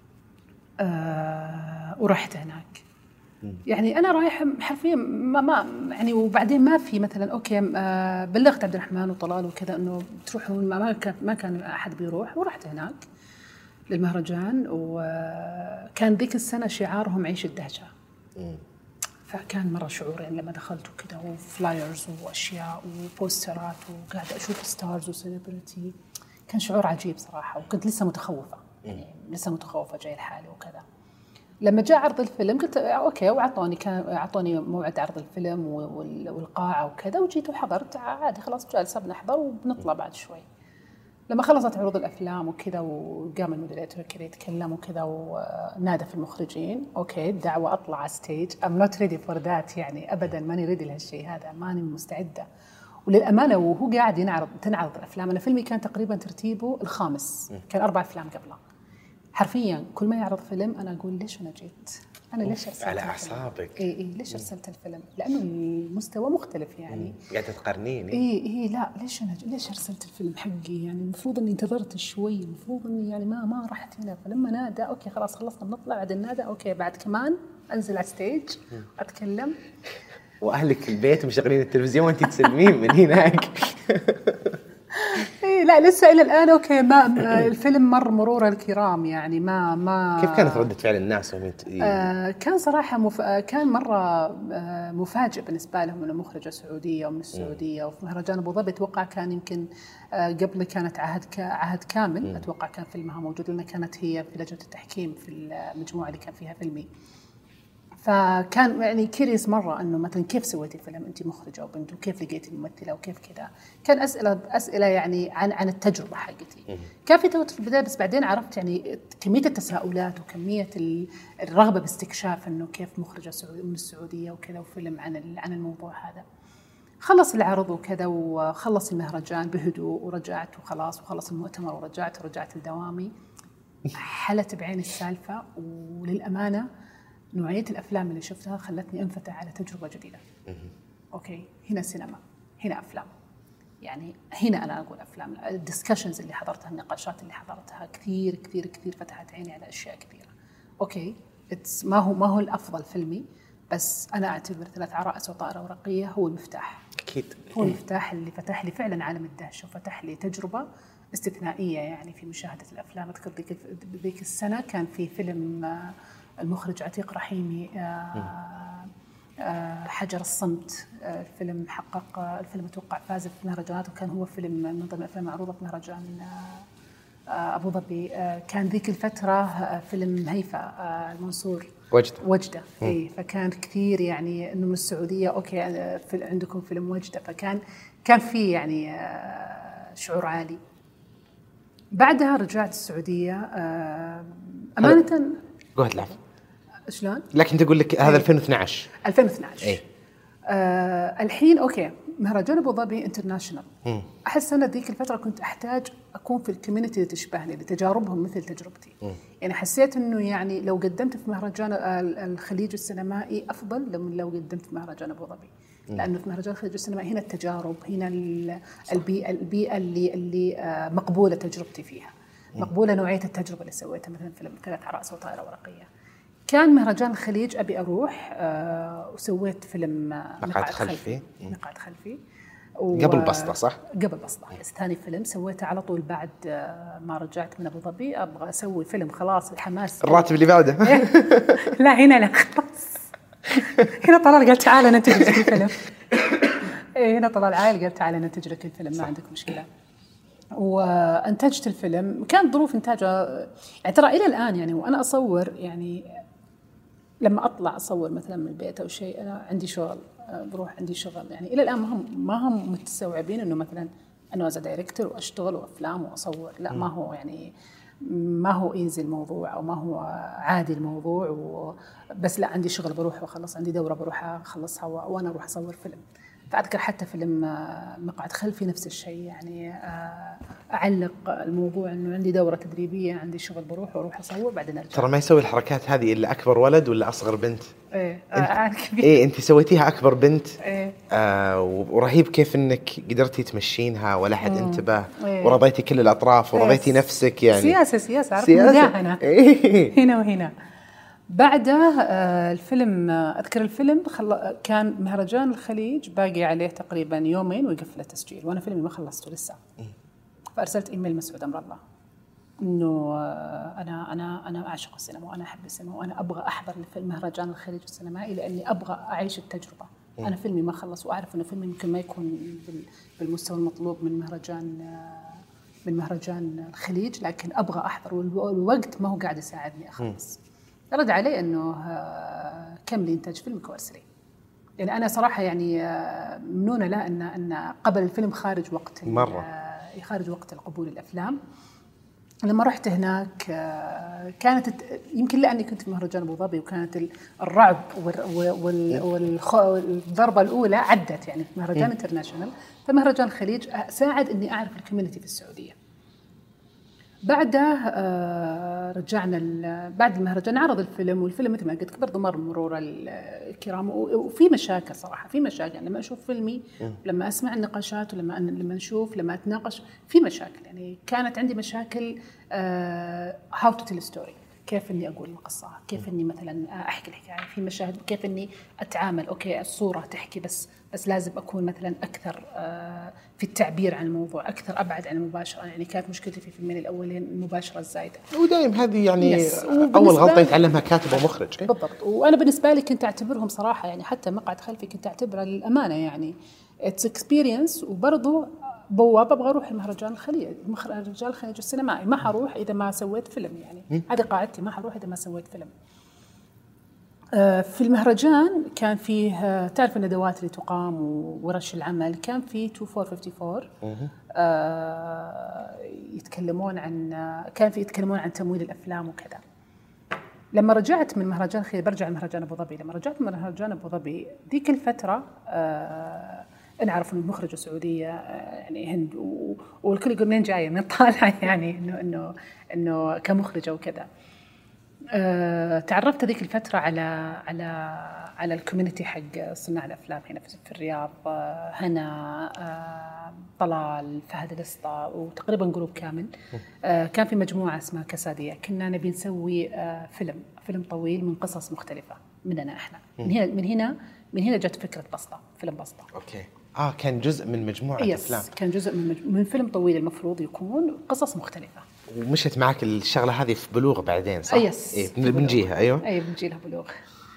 ورحت هناك. يعني أنا رايحة حرفيا ما يعني، وبعدين ما في مثلا أوكي بلغت عبد الرحمن وطلال وكذا إنه تروحون، ما كان أحد بيروح، ورحت هناك للمهرجان. وكان ذيك السنة شعارهم عيش الدهشة. فكان مرة شعور يعني لما دخلت وكذا، وفلايرز وأشياء وبوسترات، وقاعدة أشوف ستارز وسيلبرتي. كان شعور عجيب صراحة، وكنت لسه متخوفة يعني لسه متخوفة جاي الحالي وكذا. لما جاء عرض الفيلم قلت أوكي، وأعطوني موعد عرض الفيلم والقاعة وكذا، وجيت وحضرت عادي، خلاص جالسة بنحضر وبنطلع بعد شوي. لما خلصت عروض الأفلام وكذا، وقام المودريتور كذا يتكلم وكذا، ونادى في المخرجين أوكي الدعوة أطلع على ستيج. I'm not ready for that يعني أبدا، ماني ريدي لهالشيء هذا، ماني مستعدة. وللأمانة وهو قاعد تنعرض الأفلام، أنا فيلمي كان تقريبا ترتيبه الخامس، كان 4 أفلام قبله. حرفيا كل ما يعرض فيلم أنا أقول ليش أنا جيت، أنا ليش أرسلت على أعصابك. ليش أرسلت الفيلم؟ لأنه المستوى مختلف يعني. قاعدة تقارنين. لا ليش أرسلت الفيلم حقي يعني؟ المفروض إني انتظرت شوي، المفروض إني يعني ما رحت هنا. فلما نادى أوكي خلاص خلصنا بنطلع، بعد النادى أوكي بعد كمان أنزل على ستيج أتكلم، وأهلك البيت مشغلين التلفزيون وأنتي تسلمين من هناك. لا لسه إلى الآن أوكي ما الفيلم مر مرور الكرام يعني. ما كيف كانت ردة فعل الناس؟ كان صراحة كان مرة مفاجئ بالنسبة لهم إنه مخرجة سعودية ومن السعودية، وفي مهرجان أبو ظبي أتوقع كان يمكن قبل كانت عهد كامل أتوقع كان فيلمها موجود، لأنها كانت هي في لجنة التحكيم في المجموعة اللي كان فيها فيلمي. فكان يعني كيريس مرة إنه مثلا كيف سويتي الفيلم أنت مخرجة وبنت، وكيف لقيتي الممثلة وكيف كذا. كان أسئلة يعني عن التجربة حقتي. كان في توتر في البداية، بس بعدين عرفت يعني كمية التساؤلات وكمية الرغبة باستكشاف إنه كيف مخرجة من السعودية وكذا، وفيلم عن الموضوع هذا. خلص العرض وكذا، وخلص المهرجان بهدوء، ورجعت وخلاص، وخلص المؤتمر ورجعت لدوامي. حلت بعين السالفة، وللأمانة نوعية الأفلام اللي شفتها خلتني أنفتح على تجربة جديدة. أوكي هنا سينما، هنا أفلام، يعني هنا أنا أقول أفلام. الديسكشنز اللي حضرتها، النقاشات اللي حضرتها كثير كثير كثير فتحت عيني على أشياء كثيرة. أوكي ما هو الأفضل فيلمي، بس أنا أعتبر 3 عرائس وطائرة ورقية هو المفتاح. أكيد هو المفتاح اللي فتح لي فعلا عالم الدهشة، وفتح لي تجربة استثنائية يعني في مشاهدة الأفلام. أذكر ذيك السنة كان في فيلم المخرج عتيق رحيمي، حجر الصمت. الفيلم حقق، الفيلم أتوقع فاز في مهرجانات، وكان هو فيلم من ضمن الأفلام المعروضة في مهرجان أبو ظبي. كان ذيك الفترة فيلم هيفا المنصور وجدة. فكان كثير يعني إنه من السعودية أوكي عندكم فيلم وجدة، فكان في يعني شعور عالي. بعدها رجعت السعودية أمانة. قهد العفو. شلون؟ لكن تقول لك هذا 2012. الحين أوكي مهرجان أبو ظبي انترناشنال. أحس أنا ذيك الفترة كنت أحتاج أكون في الكوميونتي اللي تشبهني، لتجاربهم مثل تجربتي. يعني حسيت إنه يعني لو قدمت في مهرجان الخليج السينمائي أفضل من لو قدمت في مهرجان أبو ظبي، لأنه في مهرجان الخليج السينمائي هنا التجارب، هنا البيئة اللي مقبولة تجربتي فيها، مقبولة نوعية التجربة اللي سويتها. مثلا فيلم 3 عرائس وطائرة ورقية، كان مهرجان الخليج أبي أروح وسويت فيلم مقعد خلفي. قبل بسطة صح؟ قبل بسطة. ثاني فيلم سويته على طول بعد ما رجعت من أبو ظبي. أبغى أسوي فيلم خلاص، الحماس الراتب اللي بعده. لا هنا لا خلاص. هنا طلال قال تعال ننتج لك الفيلم. هنا طلال عائل قال تعال ننتج لك الفيلم، ما عندك مشكلة. وانتجت الفيلم. كانت ظروف إنتاجه يعني ترى إلى الآن يعني، وأنا أصور يعني لما أطلع أصور مثلا من البيت أو شيء، أنا عندي شغل، بروح عندي شغل يعني. إلى الآن ما هم متستوعبين إنه مثلا أنا دايركتور وأشتغل وأفلام وأصور، لا ما هو يعني ما هو ايزي الموضوع او ما هو عادي الموضوع بس لا عندي شغل بروح واخلص، عندي دوره بروح اخلصها وانا اروح اصور فيلم. فاذكر حتى فيلم مقعد خلفي نفس الشيء، يعني اعلق الموضوع انه عندي دوره تدريبيه، عندي شغل بروح واروح اصور بعدين ارجع. ترى ما يسوي الحركات هذه الا اكبر ولد ولا اصغر بنت. ايه انت سويتيها اكبر بنت. ايه ورهيب كيف انك قدرتي تمشينها ولا حد انتبه. إيه. ورضيتي كل الاطراف ورضيتي نفسك، يعني سياسه عرفت مداهنه. إيه. هنا وهنا. بعده الفيلم اذكر الفيلم كان مهرجان الخليج باقي عليه تقريبا يومين ويقفل التسجيل، وانا فيلمي ما خلصته لسه. فارسلت ايميل مسعود امر الله انه انا اعشق السينما وانا احب السينما وانا ابغى احضر مهرجان الخليج السينمائي لاني ابغى اعيش التجربه. انا فيلمي ما خلص واعرف انه فيلمي يمكن ما يكون بالمستوى المطلوب من مهرجان الخليج، لكن ابغى احضر والوقت ما هو قاعد يساعدني اخلص. رد علي انه كملي انتاج فيلمك وارسلي. يعني انا صراحه يعني ممنونه لا ان قبل الفيلم خارج وقت خارج وقت القبول الافلام. لما رحت هناك كانت يمكن لاني كنت في مهرجان ابو ظبي وكانت الرعب والضربه الاولى عدت، يعني في مهرجان انترناشونال. فمهرجان الخليج ساعد اني اعرف الكوميونتي في السعوديه. بعده رجعنا بعد المهرجان عرض الفيلم، والفيلم مثل ما قلت برضه مر مرور الكرام وفي مشاكل صراحه، في مشاكل. يعني لما اشوف فيلمي لما اسمع النقاشات ولما نشوف لما اتناقش في مشاكل. يعني كانت عندي مشاكل هاو تو تيل ستوري، كيف اني اقول القصه، كيف اني مثلا احكي الحكايه في مشاهد، كيف اني اتعامل. اوكي الصوره تحكي بس لازم اكون مثلا اكثر في التعبير عن الموضوع، اكثر ابعد عن المباشره. يعني كانت مشكلتي في الفيلمين الاولين المباشره الزايده، ودائم هذه يعني اول غلطه يتعلمها كاتب ومخرج. بالضبط. وانا بالنسبه لي كنت اعتبرهم صراحه، يعني حتى مقعد خلفي كنت اعتبره للامانه يعني اتس اكسبيرينس، وبرضه بوابه ابغى اروح مهرجان الخليج السينمائي. ما حروح اذا ما سويت فيلم، يعني هذه قاعدتي، ما حروح اذا ما سويت فيلم. في المهرجان كان فيه تعرف الندوات اللي تقام وورش العمل، كان فيه 2454 يتكلمون عن تمويل الافلام وكذا. لما رجعت من مهرجان برجع مهرجان ابو ظبي. لما رجعت من مهرجان ابو ظبي ذيك الفتره نعرف ان المخرجه سعوديه يعني هند، والكل يقول منين جايه من طالعه، يعني انه كمخرجه وكذا. تعرفت ذيك الفترة على الكوميونتي حق صناع الأفلام هنا في الرياض. هنا طلال فهد الاسطى وتقريبا جروب كامل. كان في مجموعة اسمها كسادية، كنا نبي نسوي فيلم طويل من قصص مختلفة مننا احنا. من هنا جت فكرة بسطة، فيلم بسطة. اوكي. كان جزء من مجموعة أفلام. كان جزء من فيلم طويل المفروض يكون قصص مختلفة. ومشت معك الشغلة هذه في بلوغ بعدين صح؟ بنجيها. بنجي لها بلوغ.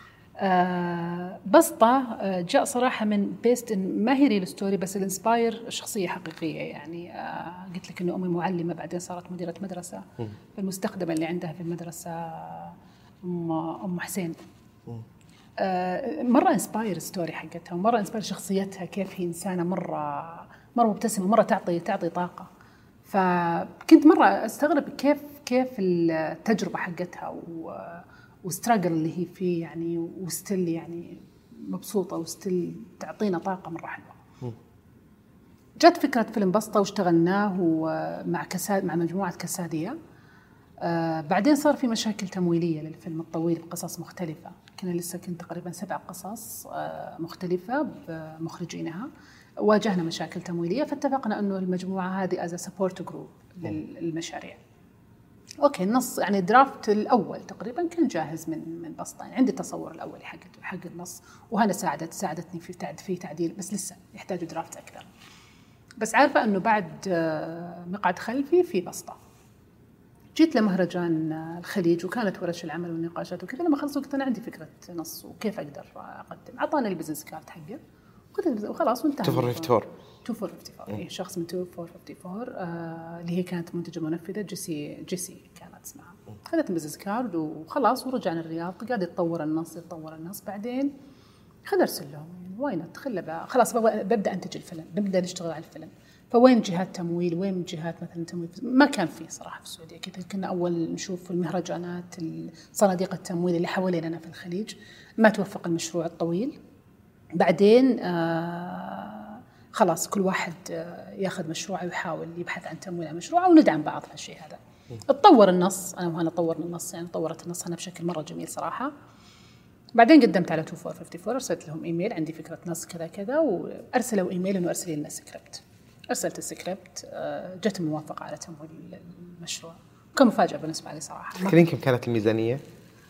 بسطة جاء صراحة من بيست ما هي ريل ستوري، بس الانسباير شخصية حقيقية. يعني قلت لك إنه أمي معلمة بعدين صارت مديرة مدرسة. المستخدمة اللي عندها في المدرسة أم حسين. مرة انسباير ستوري حقتها، ومرة انسباير شخصيتها، كيف هي إنسانة مرة مبتسمة، مرة تعطي طاقة. فكنت مرة استغرب كيف التجربة حقتها وستراجل اللي هي فيه، يعني وستيل يعني مبسوطة وستيل تعطينا طاقة مرة حلوة. جت فكرة فيلم بسطة واشتغلناه مع مجموعة كسادية. بعدين صار في مشاكل تمويلية للفيلم الطويل بقصص مختلفة. كنت تقريبا 7 قصص مختلفة بمخرجينها. واجهنا مشاكل تمويلية، فاتفقنا أنه المجموعة هذه as a support group للمشاريع. أوكي النص يعني الدرافت الأول تقريبا كان جاهز من بسطة، يعني عندي التصور الأولي حق النص، وهنا ساعدتني في تعديل، بس لسه يحتاج درافت أكثر. بس عارفة أنه بعد مقعد خلفي في بسطة. جيت لمهرجان الخليج وكانت ورش العمل والنقاشات وكذا. لما خلصوا قلت أنا عندي فكرة نص وكيف أقدر أقدم. أعطاني البزنس كارت حقه وخلاص وانتهى. 2454 شخص من 2454 اللي هي كانت منتجة منفذة جيسي كانت اسمها. خذت البزنس كارد وخلاص ورجعنا الرياض. قاعد يتطور النص بعدين خذ ارسل لهم. وين ادخل خلاص ببدا انتج الفيلم، نبدا نشتغل على الفيلم. فوين جهات تمويل، وين جهات مثلا تمويل؟ ما كان فيه صراحه في السعوديه كنا اول نشوف المهرجانات، صناديق التمويل اللي حوالينا في الخليج، ما توفق المشروع الطويل. بعدين خلاص كل واحد ياخذ مشروعه ويحاول يبحث عن تمويل على مشروعه وندعم بعض في الشيء هذا. اتطور النص، انا وهنا طورنا النص، يعني طورت النص انا بشكل مره جميل صراحه. بعدين قدمت على 2454، ارسلت لهم ايميل عندي فكره نص كذا كذا، وارسلوا ايميل انه ارسلي لنا سكريبت. ارسلت السكريبت، جت الموافقه على تمويل المشروع. كان مفاجاه بالنسبه لي صراحه. تذكرين كم كانت الميزانيه؟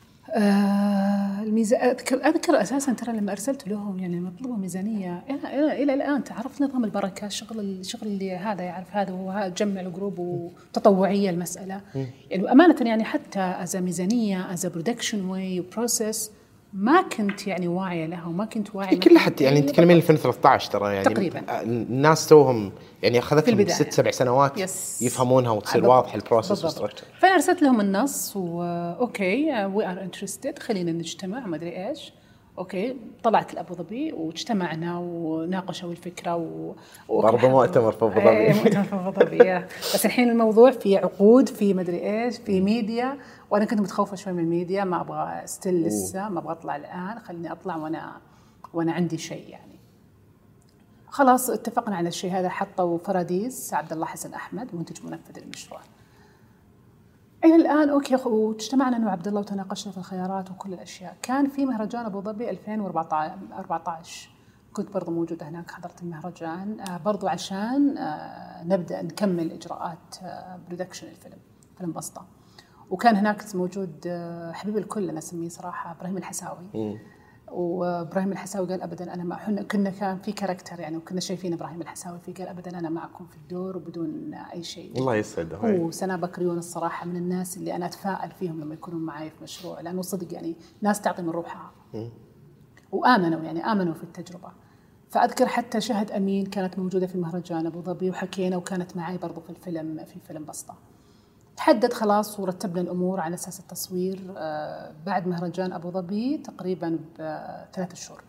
أذكر أساساً ترى لما أرسلت لهم يعني مطلوبة ميزانية إلى الآن. تعرف نظام البركة، الشغل اللي هذا يعرف هذا، وهذا جمع الجروب وتطوعية المسألة. يعني أمانة يعني حتى as ميزانية as production way process ما كنت يعني واعية لها، وما كنت واعية كل حد. يعني تكلمين 2013 ترى، يعني تقريبا الناس توهم يعني أخذتهم 6-7 سنوات يفهمونها وتصير واضح البروسيس والستركتشر. فأنا أرسلت لهم النص وأوكي we are interested، خلينا نجتمع ما أدري إيش. أوكي، طلعت لأبو ظبي واجتمعنا وناقشوا الفكرة برضو مؤتمر في أبو ظبي. مؤتمر في أبو ظبي. بس الحين الموضوع في عقود، في ما أدري إيش، في ميديا، وأنا كنت متخوفة شوي من الميديا، ما أبغى لسه ما أبغى أطلع الآن، خليني أطلع وأنا عندي شيء يعني. خلاص اتفقنا على الشيء هذا. حطوا فراديس عبد الله حسن أحمد منتج منفذ للمشروع. إلى الآن أوكي، واجتمعنا أنا وعبد الله وتناقشنا في الخيارات وكل الأشياء. كان في مهرجان أبو ظبي 2014 كنت برضو موجودة هناك، حضرت المهرجان برضو عشان نبدأ نكمل إجراءات برودكشن فيلم بسطة. وكان هناك موجود حبيب الكل أنا أسميه صراحة، إبراهيم الحساوي. وإبراهيم الحساوي قال أبداً أنا ما كان في كاركتر يعني، وكنا شايفين إبراهيم الحساوي في، قال أبداً أنا معكم في الدور وبدون أي شيء. الله يسعده. وسنا بكريون الصراحة من الناس اللي أنا أتفائل فيهم لما يكونوا معي في مشروع، لأنه صدق يعني ناس تعطي من روحها وآمنوا في التجربة. فأذكر حتى شهد أمين كانت موجودة في مهرجان أبو ظبي وحكينا، وكانت معي برضو في فيلم بسطة. تحدد خلاص ورتبنا الأمور على أساس التصوير بعد مهرجان أبو ظبي تقريباً ب3 شهور.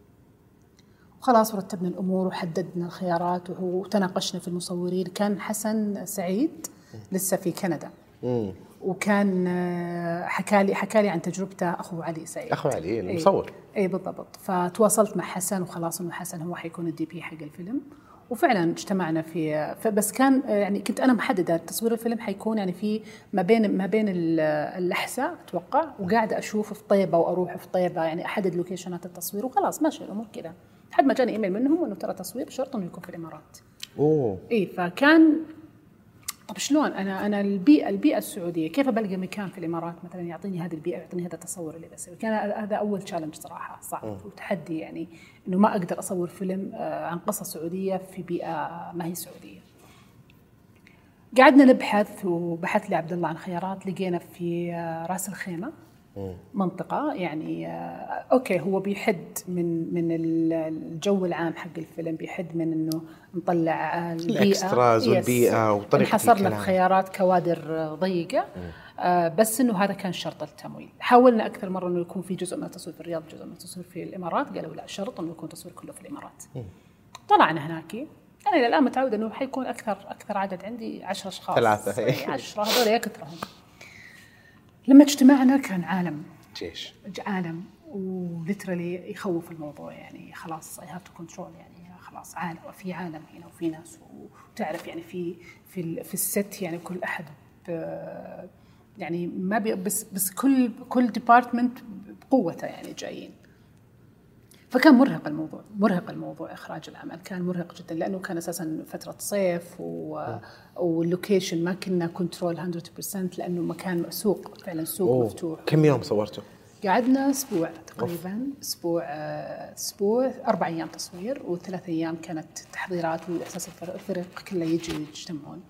وخلاص ورتبنا الأمور وحددنا الخيارات وتناقشنا في المصورين. كان حسن سعيد لسه في كندا، وكان حكالي عن تجربته أخو علي سعيد، أخو علي المصور. أي بالضبط. فتواصلت مع حسن وخلاص إنه حسن هو حيكون الDP حق الفيلم. وفعلا اجتمعنا بس كان يعني كنت انا محدده تصوير الفيلم حيكون يعني في ما بين الاحساء اتوقع، وقاعده اشوف في طيبه واروح في طيبه، يعني احدد لوكيشنات التصوير وخلاص ماشي الامور كذا، لحد ما جاني ايميل منهم انه ترى تصوير شرط انه يكون في الامارات. اي فكان طب شلون انا البيئه السعوديه كيف بلقى مكان في الامارات مثلا يعطيني هذه البيئه، يعطيني هذا التصور اللي بسوي. كان هذا اول تشالنج صراحه صعب وتحدي، يعني انه ما اقدر اصور فيلم عن قصه سعوديه في بيئه ما هي سعوديه. قعدنا نبحث وبحث لي عبد الله عن خيارات. لقينا في راس الخيمه منطقه يعني اوكي هو بيحد من الجو العام حق الفيلم، بيحد من انه نطلع الاكستراز والبيئه وطريقه حصرنا في خيارات كوادر ضيقه. بس انه هذا كان شرط التمويل. حاولنا اكثر مره انه يكون في جزء من التصوير في الرياض، جزء من التصوير في الامارات، قالوا لا شرط انه يكون تصوير كله في الامارات. طلعنا هناك. انا الى الان متعوده انه حيكون اكثر عدد عندي 10 اشخاص 3 10 هذول يكثرهم. لما اجتمعنا كان جيش عالم وليترالي يخوف الموضوع، يعني خلاص I have to control، يعني خلاص في عالم هنا وفي ناس، وتعرف يعني في الست يعني كل أحد يعني ما بس كل ديبارتمنت بقوته يعني جايين. فكان مرهق الموضوع إخراج العمل كان مرهق جدا، لأنه كان أساساً فترة صيف واللوكيشن ما كنا كنترول 100%، لأنه مكان فعلاً سوق مفتوح. كم يوم صورته؟ قعدنا أسبوع تقريباً، أسبوع 4 أيام تصوير و3 أيام كانت تحضيرات، وإحساس الفريق كله يجي يجتمعون.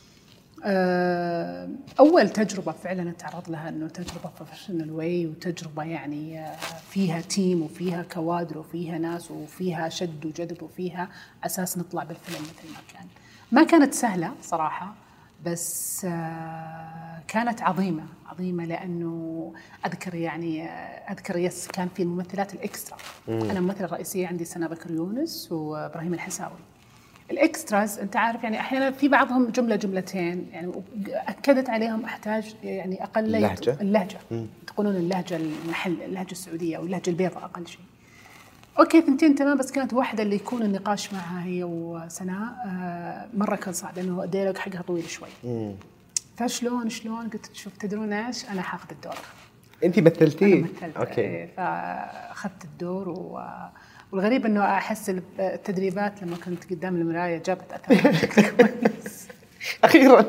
أول تجربة فعلاً تعرض لها إنه تجربة بروفيشنال واي، وتجربة يعني فيها تيم وفيها كوادر وفيها ناس وفيها شد وجذب وفيها أساس نطلع بالفيلم مثل ما كان. ما كانت سهلة صراحة، بس كانت عظيمة لأنه أذكر يس كان في الممثلات الإكسترا. أنا الممثلة الرئيسية عندي سناء بكر يونس وإبراهيم الحساوي. الإكستراز أنت عارف يعني أحيانا في بعضهم جملتين يعني أكدت عليهم أحتاج يعني أقل اللهجة تقولون اللهجة اللهجة السعودية أو اللهجة البيضاء أقل شيء. أوكي 2 تمام، بس كانت واحدة اللي يكون النقاش معها هي وسناء مرة كان صعب لأنه الديالوج حقها طويل شوي. فشلون قلت شوف تدرون إيش أنا حاخذ الدور. أنتي مثلتيه؟ أنا مثلت. أوكي. فأخذت الدور والغريب إنه أحس التدريبات لما كنت قدام المراية جابت أثر بشكل كويس. أخيراً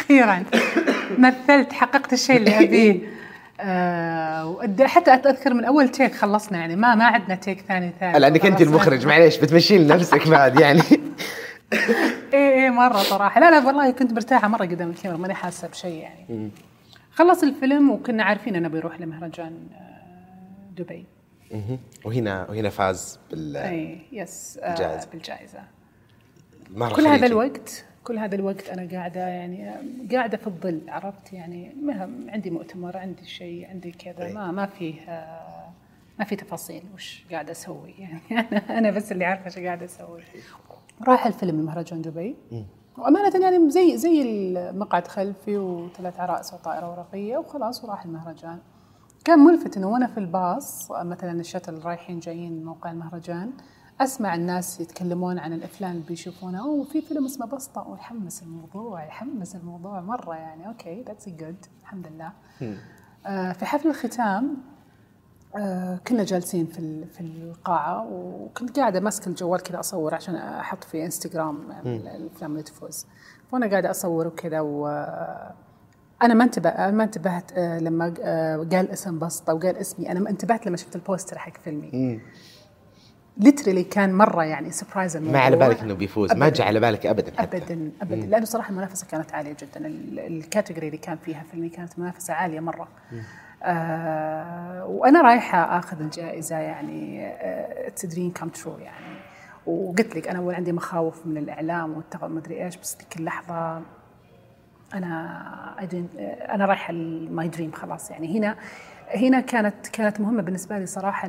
مثلت، حققت الشيء اللي أبيه. حتى أتذكر من أول تيك خلصنا يعني ما عدنا تيك ثاني ثالث. لأنك أنت المخرج معليش بتمشي لنفسك بعد يعني. إيه مرة صراحة لا والله كنت مرتاحة مرة قدام الكاميرا، ماني حاسة بشيء يعني. خلص الفيلم وكنا عارفين أنه بيروح لمهرجان دبي. وهنا فاز بالجائزة. كل هذا الوقت أنا قاعدة في الظل، عرفت يعني عندي مؤتمر، عندي شيء، عندي كذا، ما في تفاصيل وش قاعدة أسوي يعني. أنا بس اللي عارفة شو قاعدة أسوي. راح الفيلم لمهرجان دبي وأمانة يعني زي المقعد خلفي و3 عرائس وطائرة ورقية وخلاص، وراح المهرجان. كان ملفت إنه وأنا في الباص مثلا الشتل رايحين جايين موقع المهرجان أسمع الناس يتكلمون عن الأفلام اللي بيشوفونها، وفي فيلم اسمه بسطة، ويحمس الموضوع مرة يعني. أوكي that's good، الحمد لله. في حفل الختام كنا جالسين في القاعة، وكنت قاعدة ماسك الجوال كذا أصور عشان أحط في إنستغرام الأفلام اللي تفوز، وأنا قاعدة أصور وكذا، وأنا ما انتبهت لما قال اسم بسطة وقال اسمي. أنا ما انتبهت لما شفت البوستر حق فيلمي. ليترلي كان مرة يعني سربرايز الموضوع. ما على بالك إنه بيفوز؟ ما جاء على بالك أبدا لأنه صراحة المنافسة كانت عالية جدا. الكاتيجوري اللي كان فيها فيلمي كانت منافسة عالية مرة. وأنا رايحة أخذ الجائزة يعني it's a dream come true يعني. وقلت لك أنا أول عندي مخاوف من الإعلام والتغطية ما أدري إيش، بس ذيك اللحظة أنا رايحة my dream خلاص يعني. هنا كانت مهمة بالنسبة لي صراحة،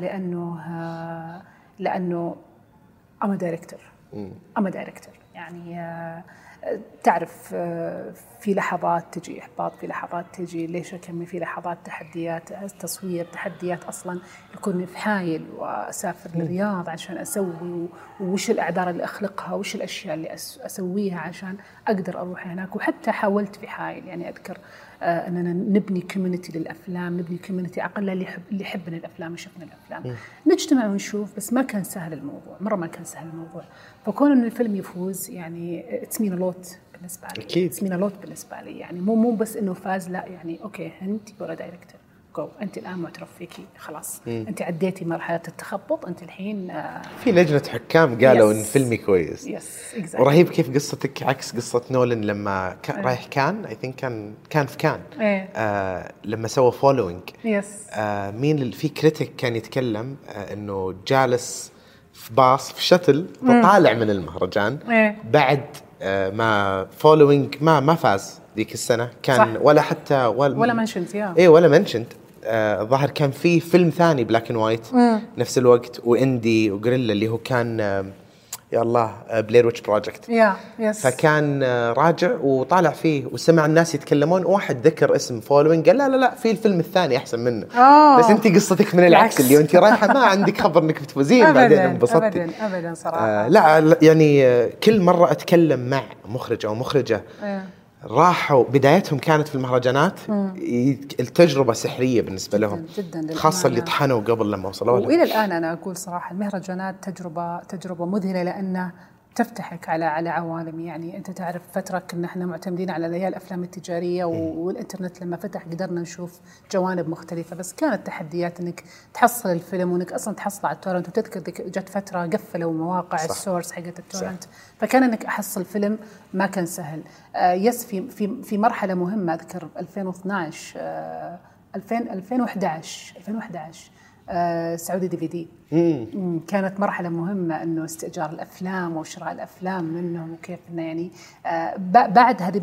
لأنه I'm a director يعني. تعرف في لحظات تجي إحباط، في لحظات تجي ليش أكمل، في لحظات تحديات تصوير، تحديات أصلاً يكون في حايل وأسافر للرياض عشان أسوي، وش الأعذار اللي أخلقها، وش الأشياء اللي أسويها عشان أقدر أروح هناك. وحتى حاولت في حايل يعني، أذكر أننا نبني كوميونتي للأفلام، نبني كوميونتي أقل اللي يحبنا الأفلام ويشوفنا الأفلام، نجتمع ونشوف. بس ما كان سهل الموضوع، مرة ما كان سهل الموضوع. فكون إن الفيلم يفوز يعني it's mean a lot بالنسبة لي. أكيد it's mean a lot بالنسبة لي يعني. مو بس إنه فاز، لا يعني أوكي أنت ولا دايركتور جو، أنت الآن معترف فيكي خلاص. أنت عديتي مرحلة التخبط، أنت الحين في لجنة حكام قالوا إن فيلمي كويس. exactly. ورهيب كيف قصتك عكس قصة نولان لما رايح كان I think كان في كان لما سوى following. مين في كريتيك كان يتكلم إنه جالس في باص في شتل فطالع من المهرجان بعد ما following ما فاز ذيك السنة كان صح. ولا حتى ولا منشنت ولا منشنت. ظهر كان في فيلم ثاني بلاك اند وايت نفس الوقت، واندي وغريلا اللي هو كان يا الله بلاير ويتش بروجكت. فكان راجع وطالع فيه وسمع الناس يتكلمون، واحد ذكر اسم فولوينج قال لا في الفيلم الثاني احسن منه. بس انت قصتك من العكس، اللي انت رايحه ما عندك خبر انك بتفوزين بعدين انبسطتي. ابدا صراحه. لا يعني كل مره اتكلم مع مخرج او مخرجه راحوا بدايتهم كانت في المهرجانات، التجربة سحرية بالنسبة لهم جداً، خاصة اللي طحنوا قبل لما وصلوا لها. وإلى الآن أنا أقول صراحة المهرجانات تجربة مذهلة، لأنها تفتحك على عوالم. يعني أنت تعرف فترة كنا إحنا معتمدين على الأفلام التجارية والإنترنت لما فتح قدرنا نشوف جوانب مختلفة. بس كانت تحديات إنك تحصل الفيلم وإنك أصلاً تحصل على التورنت. وتذكر جت فترة قفلوا مواقع السورس حقت التورنت، فكان إنك أحصل فيلم ما كان سهل. يس في مرحلة مهمة أذكر 2011 سعودي DVD. كانت مرحلة مهمة إنه استئجار الأفلام وشراء الأفلام منهم، وكيف إنه يعني بعد هذه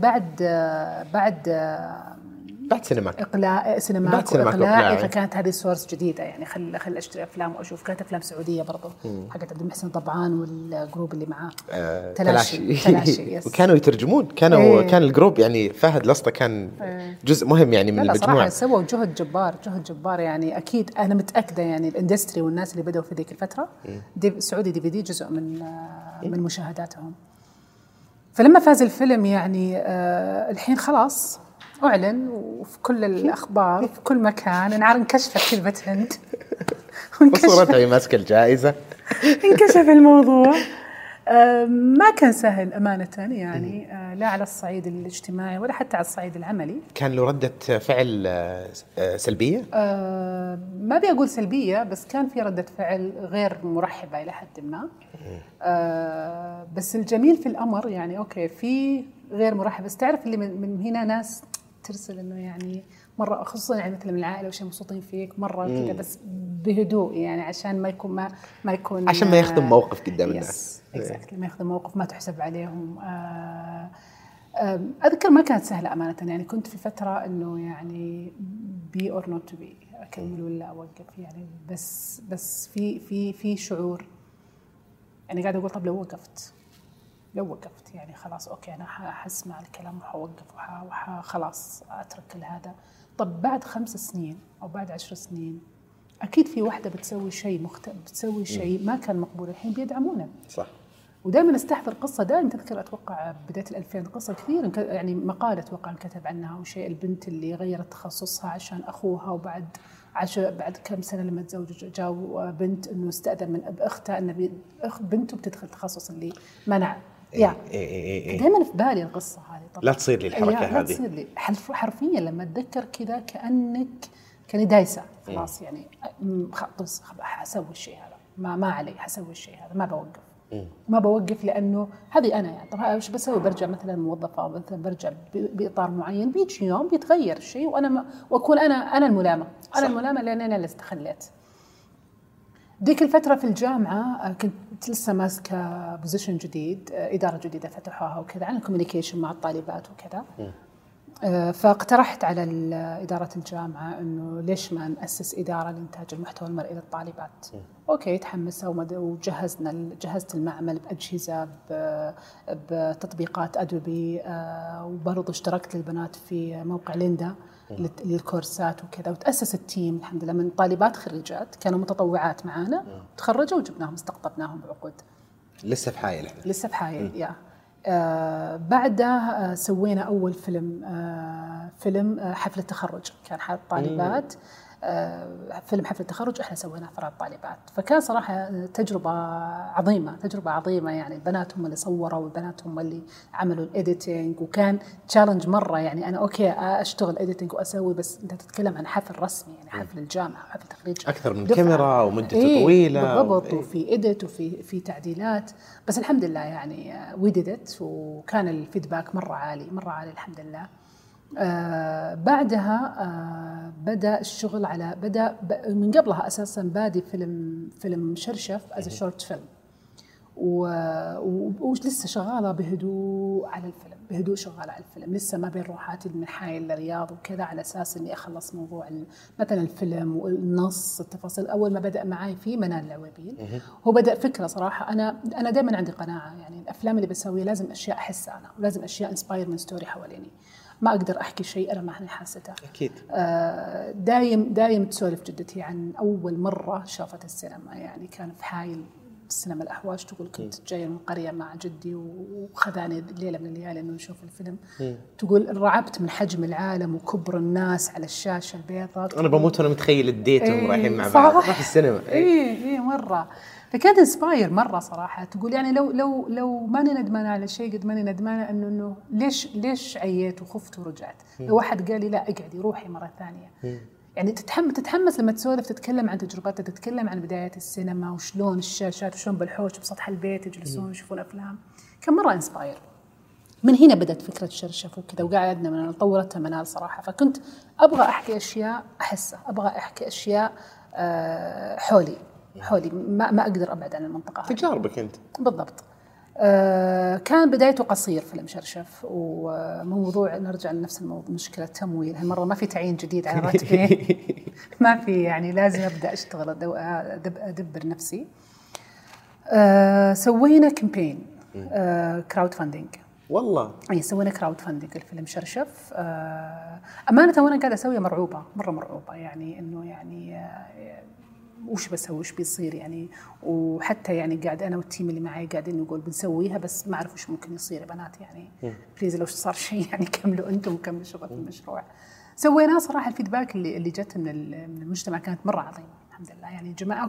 بعد سينماك إقلاعي، فكانت هذه سورس جديدة يعني خل أشتري أفلام وأشوف. كانت أفلام سعودية برضو حقت عبد المحسن طبعان والجروب اللي معاه تلاشي وكانوا يترجمون، كان الجروب يعني فهد لسطة كان جزء مهم يعني من المجموعة. صراحة سووا جهد جبار يعني. أكيد أنا متأكدة يعني الإندستري والناس اللي بدأوا في ذيك الفترة سعودي DVD جزء من مشاهداتهم. فلما فاز الفيلم يعني الحين خلاص أعلن وفي كل الأخبار في كل مكان، انكشفت كلمة هند وصورتها هي ماسكة الجائزة. انكشف الموضوع. ما كان سهل أمانة يعني، لا على الصعيد الاجتماعي ولا حتى على الصعيد العملي. كان له ردة فعل سلبية؟ ما بيقول سلبية، بس كان في ردة فعل غير مرحبة إلى حد ما. بس الجميل في الأمر يعني أوكي في غير مرحب، بس تعرف اللي من هنا ناس ترسل إنه يعني مرة خصوصا يعني مثل من العائلة وشيء مبسوطين فيك مرة كذا، بس بهدوء يعني عشان ما يكون عشان ما يخدم موقف قدام الناس. ما يخدم موقف ما تحسب عليهم. أذكر ما كانت سهلة أمانة يعني. كنت في فترة إنه يعني be or not to be، أكمل ولا أوقف يعني. بس في شعور يعني قاعد أقول طب لو وقفت يعني خلاص أوكي أنا حسمع الكلام وحوقف خلاص أترك هذا. طب بعد 5 سنين أو بعد 10 سنين أكيد في واحدة بتسوي شيء مختلف، بتسوي شيء ما كان مقبول، الحين بيدعمونه. صح. ودائما استحضر قصة، دائما تذكر أتوقع بداية 2000 قصة كثير يعني مقالة أتوقع كتب عنها وشيء، البنت اللي غيرت تخصصها عشان أخوها، وبعد بعد كم سنة لما تزوج جاء بنت إنه استأذن من أختها إن بنته بتدخل تخصص اللي منع. دائما في بالي القصة هذه. طبعا لا تصير لي الحركة هذه، لا تصير لي حرفيا لما أتذكر كذا كأني دايسة خلاص يعني خلاص حسوي الشيء هذا، ما علي حسوي الشيء هذا، ما بوقف لأنه هذه أنا يعني. طب إيش بسوي؟ برجع مثلا موظفة، مثلا برجع بإطار معين، بيجي يوم بيتغير الشيء وأنا وأكون أنا الملامة. أنا الملامة لأن أنا اللي استخليت. ديك الفترة في الجامعة كنت لسه ماسكة بوزيشن جديد، إدارة جديدة فتحوها وكذا عن الكوميونيكيشن مع الطالبات وكذا. فاقترحت على إدارة الجامعة إنه ليش ما نأسس إدارة لإنتاج المحتوى المرئي للطالبات. أوكي تحمسوا جهزت المعمل بأجهزة بتطبيقات أدوبي، وبرضه اشتركت للبنات في موقع ليندا للكورسات وكذا، وتأسس التيم الحمد لله من طالبات خريجات كانوا متطوعات معانا، تخرجوا وجبناهم استقطبناهم بعقود. لسه في حايل بعدها سوينا أول فيلم حفلة تخرج، كان حال طالبات. فيلم حفلة التخرج احنا سويناه فرع الطالبات. فكان صراحة تجربة عظيمة يعني. البنات هم اللي صوروا، والبنات هم اللي عملوا الإيديتينج، وكان تشالنج مرة يعني. أنا أوكي أشتغل إيديتينج وأسوي، بس أنت تتكلم عن حفل رسمي يعني، حفل الجامعة، حفل تخريج أكثر من كاميرا ومدة طويلة بالضبط، وفي إيديت وفي تعديلات. بس الحمد لله يعني we did it، وكان الفيدباك مرة عالي الحمد لله. بعدها بدأ الشغل على من قبلها أساساً بادي فيلم شرشف as a short film، ولسه شغالة بهدوء على الفيلم، لسه ما بين روحاتي من حائل للرياض وكذا، على أساس إني أخلص موضوع مثلا الفيلم والنص التفاصيل. أول ما بدأ معي في منال العويبيل، هو بدأ فكرة صراحة. أنا دائما عندي قناعة يعني الأفلام اللي بسويها لازم أشياء أحسها أنا، ولازم أشياء انسباير من ستوري حواليني. ما أقدر أحكي شيء أنا ما أنا حاسته. أكيد. دايم تسولف جدتي عن أول مرة شافت السينما يعني. كان في حايل السينما الأحواش، تقول كنت جاية من قرية مع جدي وخذاني ليلة من الليالي إنه نشوف الفيلم. تقول رعبت من حجم العالم وكبر الناس على الشاشة البيضاء. أنا بموت وأنا متخيل الديتهم رايحين مع بعض راح السينما. إيه مرة. فكانت انسباير مرة صراحة. تقول يعني لو ماني ندمانة على شيء قد ماني ندمانة إنه ليش عييت وخفت ورجعت. لو واحد قال لي لا اقعدي روحي مرة ثانية. يعني تتحمس لما تسولف، تتكلم عن تجربتك، تتكلم عن بداية السينما وشلون الشاشات وشلون بالحوش بسطح البيت يجلسون يشوفون أفلام. كان مرة انسباير. من هنا بدأت فكرة شرشف وكذا، وقاعدنا من طورتها منال صراحة. فكنت أبغى أحكي أشياء أحسها، أبغى أحكي أشياء حولي ما أقدر أبعد عن المنطقة. تجاربك أنت بالضبط. كان بدايته قصير فيلم شرشف، وموضوع نرجع لنفس الموضوع، مشكلة تمويل هالمرة ما في تعيين جديد على راتبي ما في، يعني لازم أبدأ أشتغل أدبر نفسي. سوينا كامبين كراود فاندينج. والله أي سوينا كراود فاندينج الفيلم شرشف. أمانة وأنا قاعدة أسويها مرة مرعوبة، يعني إنه يعني وش بسوي وش بيصير يعني. وحتى يعني قاعد أنا والتيم اللي معي قاعدين نقول بنسويها، بس ما أعرف وش ممكن يصير يا بنات يعني. بليز لو صار شيء يعني كملوا أنتم وكملوا شغل في المشروع. سويناه صراحة. الفيدباك اللي جت من المجتمع كانت مرة عظيمة الحمد لله. يعني جماعة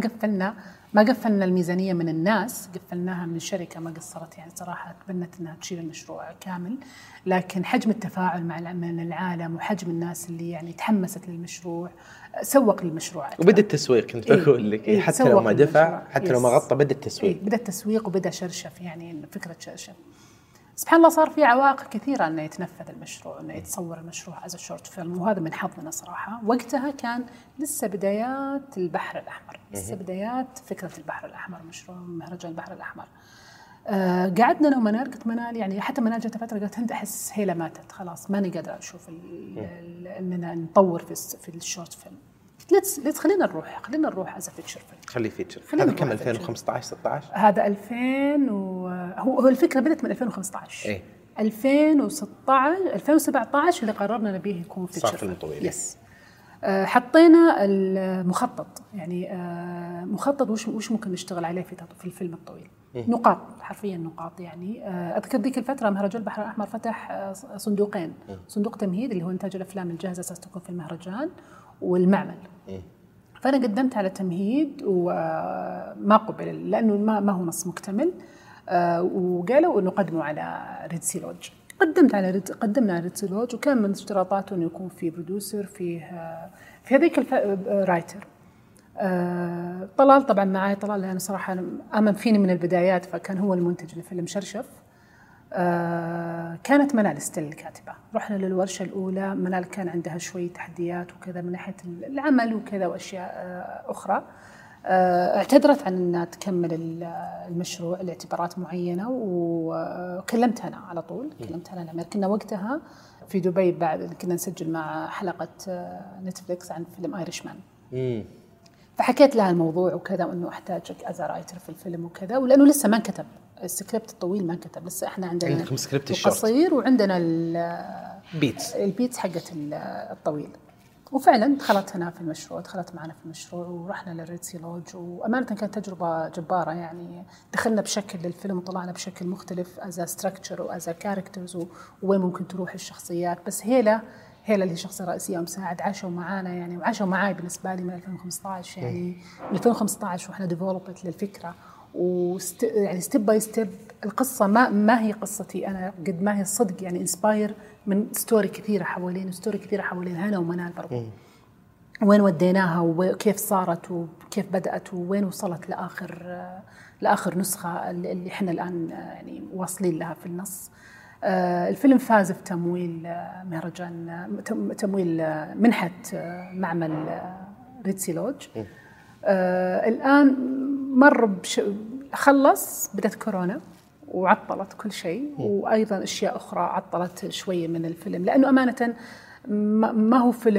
ما قفلنا الميزانية من الناس، قفلناها من الشركة ما قصرت يعني صراحة، تبنت أنها تشيل المشروع كامل. لكن حجم التفاعل من العالم وحجم الناس اللي يعني تحمست للمشروع سوق للمشروع أكثر. وبدأ التسويق كنت بقول لك حتى لو ما دفع حتى لو ما غطى بدأ التسويق. بدأ التسويق وبدأ شرشف، يعني فكرة شرشف. سبحان الله صار في عوائق كثيرة أنه يتنفذ المشروع، أنه يتصور المشروع از شورت فيلم، وهذا من حظنا صراحة. وقتها كان لسه بدايات البحر الأحمر، لسه بدايات فكرة البحر الأحمر، مشروع مهرجان البحر الأحمر. قعدنا أنا ومنال، قلت منال يعني حتى منال جت فترة قالت هند أحس هيلة ماتت خلاص ماني قادرة أشوف إننا نطور في الشورت فيلم. قلت خلينا نروح از فيتشر فيلم. خلي فيتشر. هذا كم 2015 16 هذا 2000 هو الفكرة بدأت من 2015. 2016 2017 اللي قررنا نبيه يكون فيتشر فيلم طويل. يس. حطينا المخطط، يعني مخطط وش ممكن نشتغل عليه في الفيلم الطويل. نقاط، حرفيا نقاط يعني. أذكر ذيك الفترة مهرجان البحر الأحمر فتح صندوقين، صندوق تمهيد اللي هو إنتاج الأفلام الجاهزة أساس تكون في المهرجان، والمعمل. فأنا قدمت على تمهيد وما قبل لأنه ما هو نص مكتمل. وقالوا إنه قدموا على ريدسي لوج. قدمنا على ريدسي لوج، وكان من اشتراطاته إنه يكون في برودوسر في هذيك رايتر. طلال طبعا معي، طلال لأنه صراحة آمن فيني من البدايات، فكان هو المنتج لفيلم شرشف. كانت منال ستيل الكاتبة. رحنا للورشة الأولى، منال كان عندها شوية تحديات وكذا من ناحية العمل وكذا وأشياء أخرى. اعتذرت عن أنها تكمل المشروع لاعتبارات معينة، وكلمتها أنا على طول. كلمتها أنا كنا وقتها في دبي، بعد كنا نسجل مع حلقة نتفليكس عن فيلم آيرشمان. فحكيت لها الموضوع وكذا، وأنه أحتاجك أز رايتر في الفيلم وكذا، ولأنه لسه ما انكتب السكريبت الطويل، ما انكتب لسه. إحنا عندنا القصير وعندنا البيتس حقت الطويل. وفعلا دخلت هنا في المشروع، دخلت معنا في المشروع، ورحنا للريدسي لوج. وأمانة كانت تجربة جبارة يعني. دخلنا بشكل للفيلم وطلعنا بشكل مختلف as a structure و as a characters، وين ممكن تروح الشخصيات. بس هيلا اللي هي شخصية رئيسية ومساعد عاشوا معانا يعني، وعاشوا معاي بالنسبة لي من 2015 يعني. من 2015 وإحنا ديفلوبت للفكرة، يعني ستيب باي ستيب. القصة ما هي قصتي أنا قد ما هي الصدق يعني، انسباير من ستوري كثيرة حوالين هنا ومنال برضو. وين وديناها وكيف صارت وكيف بدأت وين وصلت لآخر نسخة اللي إحنا الآن يعني واصلين لها في النص. الفيلم فاز في تمويل مهرجان، تمويل منحة معمل ريدسي لوج. الآن مر خلص، بدأت كورونا وعطلت كل شيء، وأيضا أشياء أخرى عطلت شوية من الفيلم، لأنه أمانة ما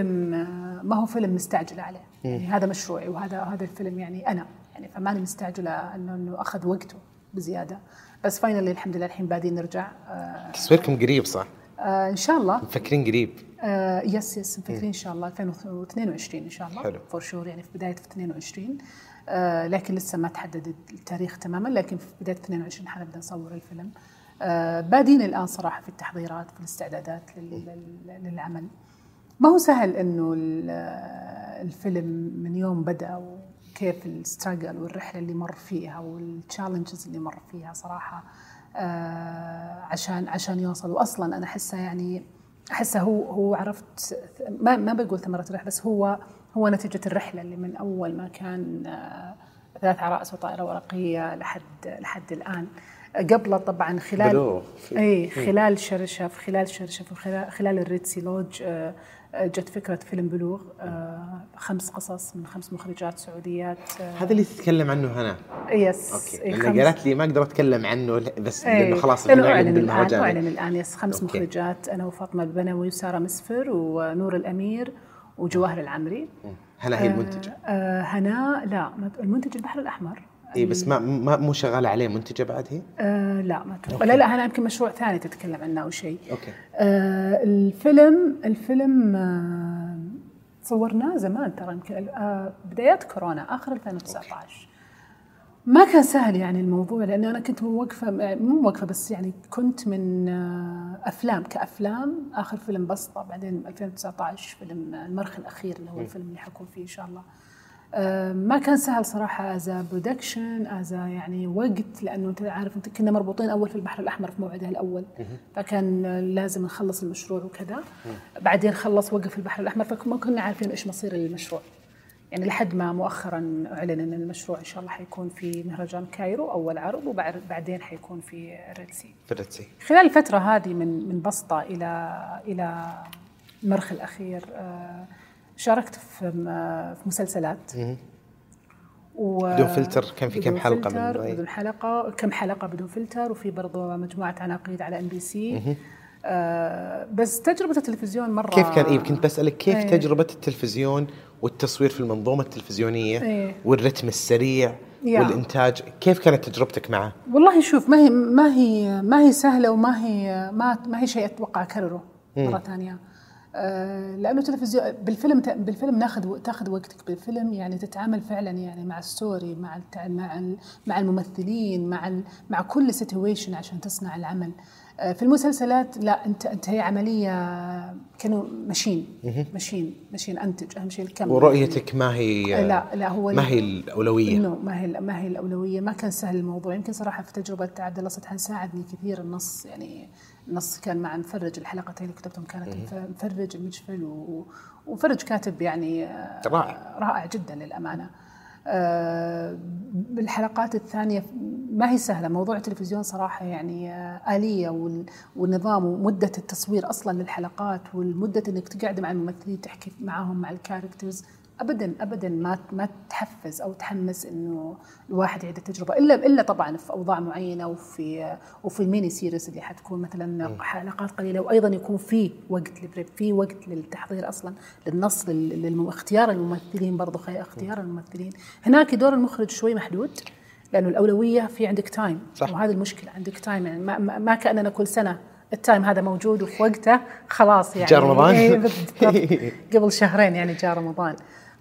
هو فيلم مستعجلة عليه يعني. هذا مشروعي وهذا الفيلم يعني أنا يعني، فماني مستعجلة إنه أخذ وقته بزيادة. بس فاينلي الحمد لله الحين بادين نرجع. تصويركم قريب صح؟ إن شاء الله. مفكرين قريب؟ يس مفكرين إن شاء الله 2022 إن شاء الله. فور شور يعني في بداية 22. لكن لسه ما تحدد التاريخ تماما، لكن في بداية 22 حنبدأ نصور الفيلم. بادين الآن صراحة في التحضيرات، في الاستعدادات للعمل. ما هو سهل إنه الفيلم من يوم بدأ، وكيف الستراجل والرحلة اللي مر فيها والتشالنجز اللي مر فيها صراحة عشان يوصل. وأصلا أنا أحسه هو عرفت ما بقول ثمرة الرحلة، بس هو نتيجة الرحلة اللي من أول ما كان 3 عرائس وطائرة ورقية لحد الآن. قبله طبعا خلال شرشف خلال الريتسي لوج جت فكرة فيلم بلوغ، 5 قصص من 5 مخرجات سعوديات. هذا اللي تتكلم عنه هنا. يس. اوكي. لأن قالت لي ما اقدر اتكلم عنه بس لانه خلاص اعلن الان. يس 5 مخرجات، انا وفاطمة البنوي وسارة مسفر ونور الامير وجواهر العمري. هنا هي المنتجة. هنا لا، المنتج البحر الاحمر. اي بس ما مو شغاله عليه منتجه بعد هي؟ لا ما اتوقع. لا هنا يمكن مشروع ثاني تتكلم عنه او شيء. اوكي. الفيلم صورناه زمان ترى، يمكن بدايات كورونا، اخر 2019. ما كان سهل يعني الموضوع، لانه انا كنت مو موقفه بس يعني كنت من كافلام. اخر فيلم بسطه، بعدين 2019 فيلم المرخ الاخير اللي هو الفيلم اللي حكون فيه ان شاء الله. ما كان سهل صراحة أزا برودكشن، أزا يعني وقت، لأنه أنت عارف أنت كنا مربوطين أول في البحر الأحمر في موعده الأول، فكان لازم نخلص المشروع وكذا. بعدين خلص وقف البحر الأحمر، فما كنا عارفين إيش مصير المشروع يعني، لحد ما مؤخرا أعلن أن المشروع إن شاء الله حيكون في مهرجان كايرو أول عرض، وبعدين حيكون في الريتسي. خلال الفترة هذه من بسطة إلى المرخ الأخير شاركت في مسلسلات بدون فلتر. كان في كم حلقة بدون حلقة بدون فلتر، وفي برضو مجموعة عناقيد على MBC. بس تجربة التلفزيون مرة كيف كان؟ كنت بسألك كيف تجربة التلفزيون والتصوير في المنظومة التلفزيونية والرتم السريع والإنتاج، كيف كانت تجربتك معه؟ والله شوف، ما هي سهلة، ما هي شيء أتوقع أكرره مرة ثانية. لأنه التلفزيون بالفيلم تاخذ وقتك بالفيلم، يعني تتعامل فعلا يعني مع الستوري، مع الممثلين، مع كل سيتويشن عشان تصنع العمل. في المسلسلات لا، انت هي عمليه كانوا ماشين انتج، اهم شيء الكم. ورؤيتك ما هي لا هو ما هي الاولويه. ما هي الاولويه. ما كان سهل الموضوع. يمكن صراحه في تجربه عبد الله سدحان ساعدني كثير. النص كان مع مفرج، الحلقتين اللي كتبتهم كانت مفرج مجفل ومفرج كاتب يعني رائع جدا للامانه. بالحلقات الثانية ما هي سهلة. موضوع التلفزيون صراحة يعني آلية والنظام ومدة التصوير أصلا للحلقات، والمدة إنك تقعد مع الممثلين تحكي معهم مع الكاركترز، أبدا ما تحفز أو تحمس إنه الواحد يعيد التجربة، إلا طبعا في أوضاع معينة وفي الميني سيريز اللي حتكون مثلا حلقات قليلة، وأيضا يكون في وقت للبريب، في وقت للتحضير أصلا للنص، اختيار الممثلين. برضو اختيار الممثلين هناك دور المخرج شوي محدود، لأنه الأولوية في عندك تايم. وهذه المشكلة، عندك تايم يعني ما كأننا كل سنة التايم هذا موجود وفي وقته خلاص يعني جاء رمضان قبل شهرين يعني جاء رمضان.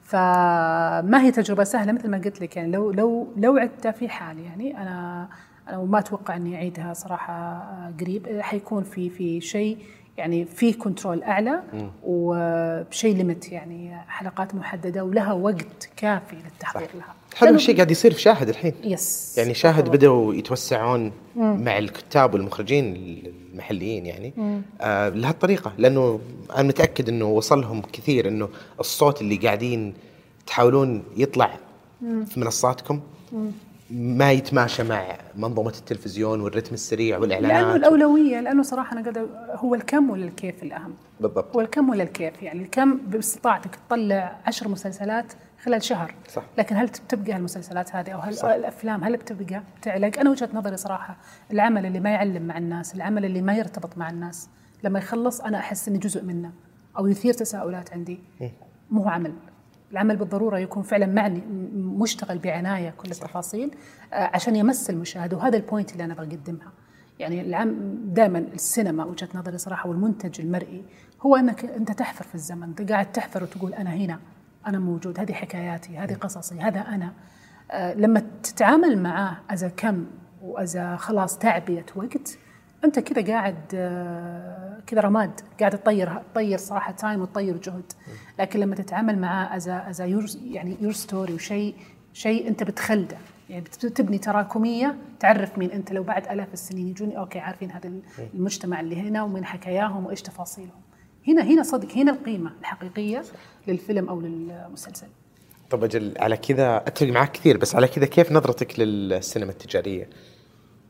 فما هي تجربة سهلة مثل ما قلت لك يعني. لو عدتها في حالي يعني أنا ما أتوقع إني أعيدها صراحة قريب. حيكون في شيء يعني في كنترول أعلى وبشيء ليميت، يعني حلقات محددة ولها وقت كافي للتحضير لها. هذا الشيء قاعد يصير في شاهد الحين. يس. يعني شاهد بدأوا يتوسعون مع الكتاب والمخرجين المحليين يعني لهالطريقة، لأنه أنا متأكد أنه وصلهم كثير أنه الصوت اللي قاعدين تحاولون يطلع في منصاتكم ما يتماشى مع منظومة التلفزيون والرتم السريع والإعلانات. لأنه الأولوية، لأنه صراحة أنا قد هو الكم ولا الكيف الأهم؟ بالضبط، هو الكم ولا الكيف. يعني الكم باستطاعتك تطلع 10 مسلسلات خلال شهر، صح. لكن هل تبقى المسلسلات هذه أو الأفلام هل بتبقى تعلق؟ أنا وجهة نظري صراحة العمل اللي ما يعلم مع الناس، العمل اللي ما يرتبط مع الناس، لما يخلص أنا أحس إني جزء منه أو يثير تساؤلات عندي، مو عمل. العمل بالضرورة يكون فعلا معني مشتغل بعناية كل التفاصيل عشان يمس المشاهد، وهذا البوينت اللي أنا بقدمها. يعني دائما السينما وجهة نظري صراحة والمنتج المرئي هو أنك أنت تحفر في الزمن، أنت قاعد تحفر وتقول أنا هنا، أنا موجود، هذه حكاياتي، هذه قصصي، هذا أنا. لما تتعامل معاه أذا كم وأذا خلاص تعبية وقت، أنت كذا قاعد كذا رماد، قاعد تطير صراحة تايم وتطير جهد. لكن لما تتعامل معاه أذا يعني يور ستوري وشيء أنت بتخلده، يعني بتبني تراكمية، تعرف مين أنت لو بعد آلاف السنين يجوني أوكي عارفين هذا المجتمع اللي هنا ومن حكاياهم وإيش تفاصيلهم. هنا صدق، هنا القيمة الحقيقية للفيلم أو للمسلسل. طب أجل على كذا أتفق معك كثير، بس على كذا كيف نظرتك للسينما التجارية؟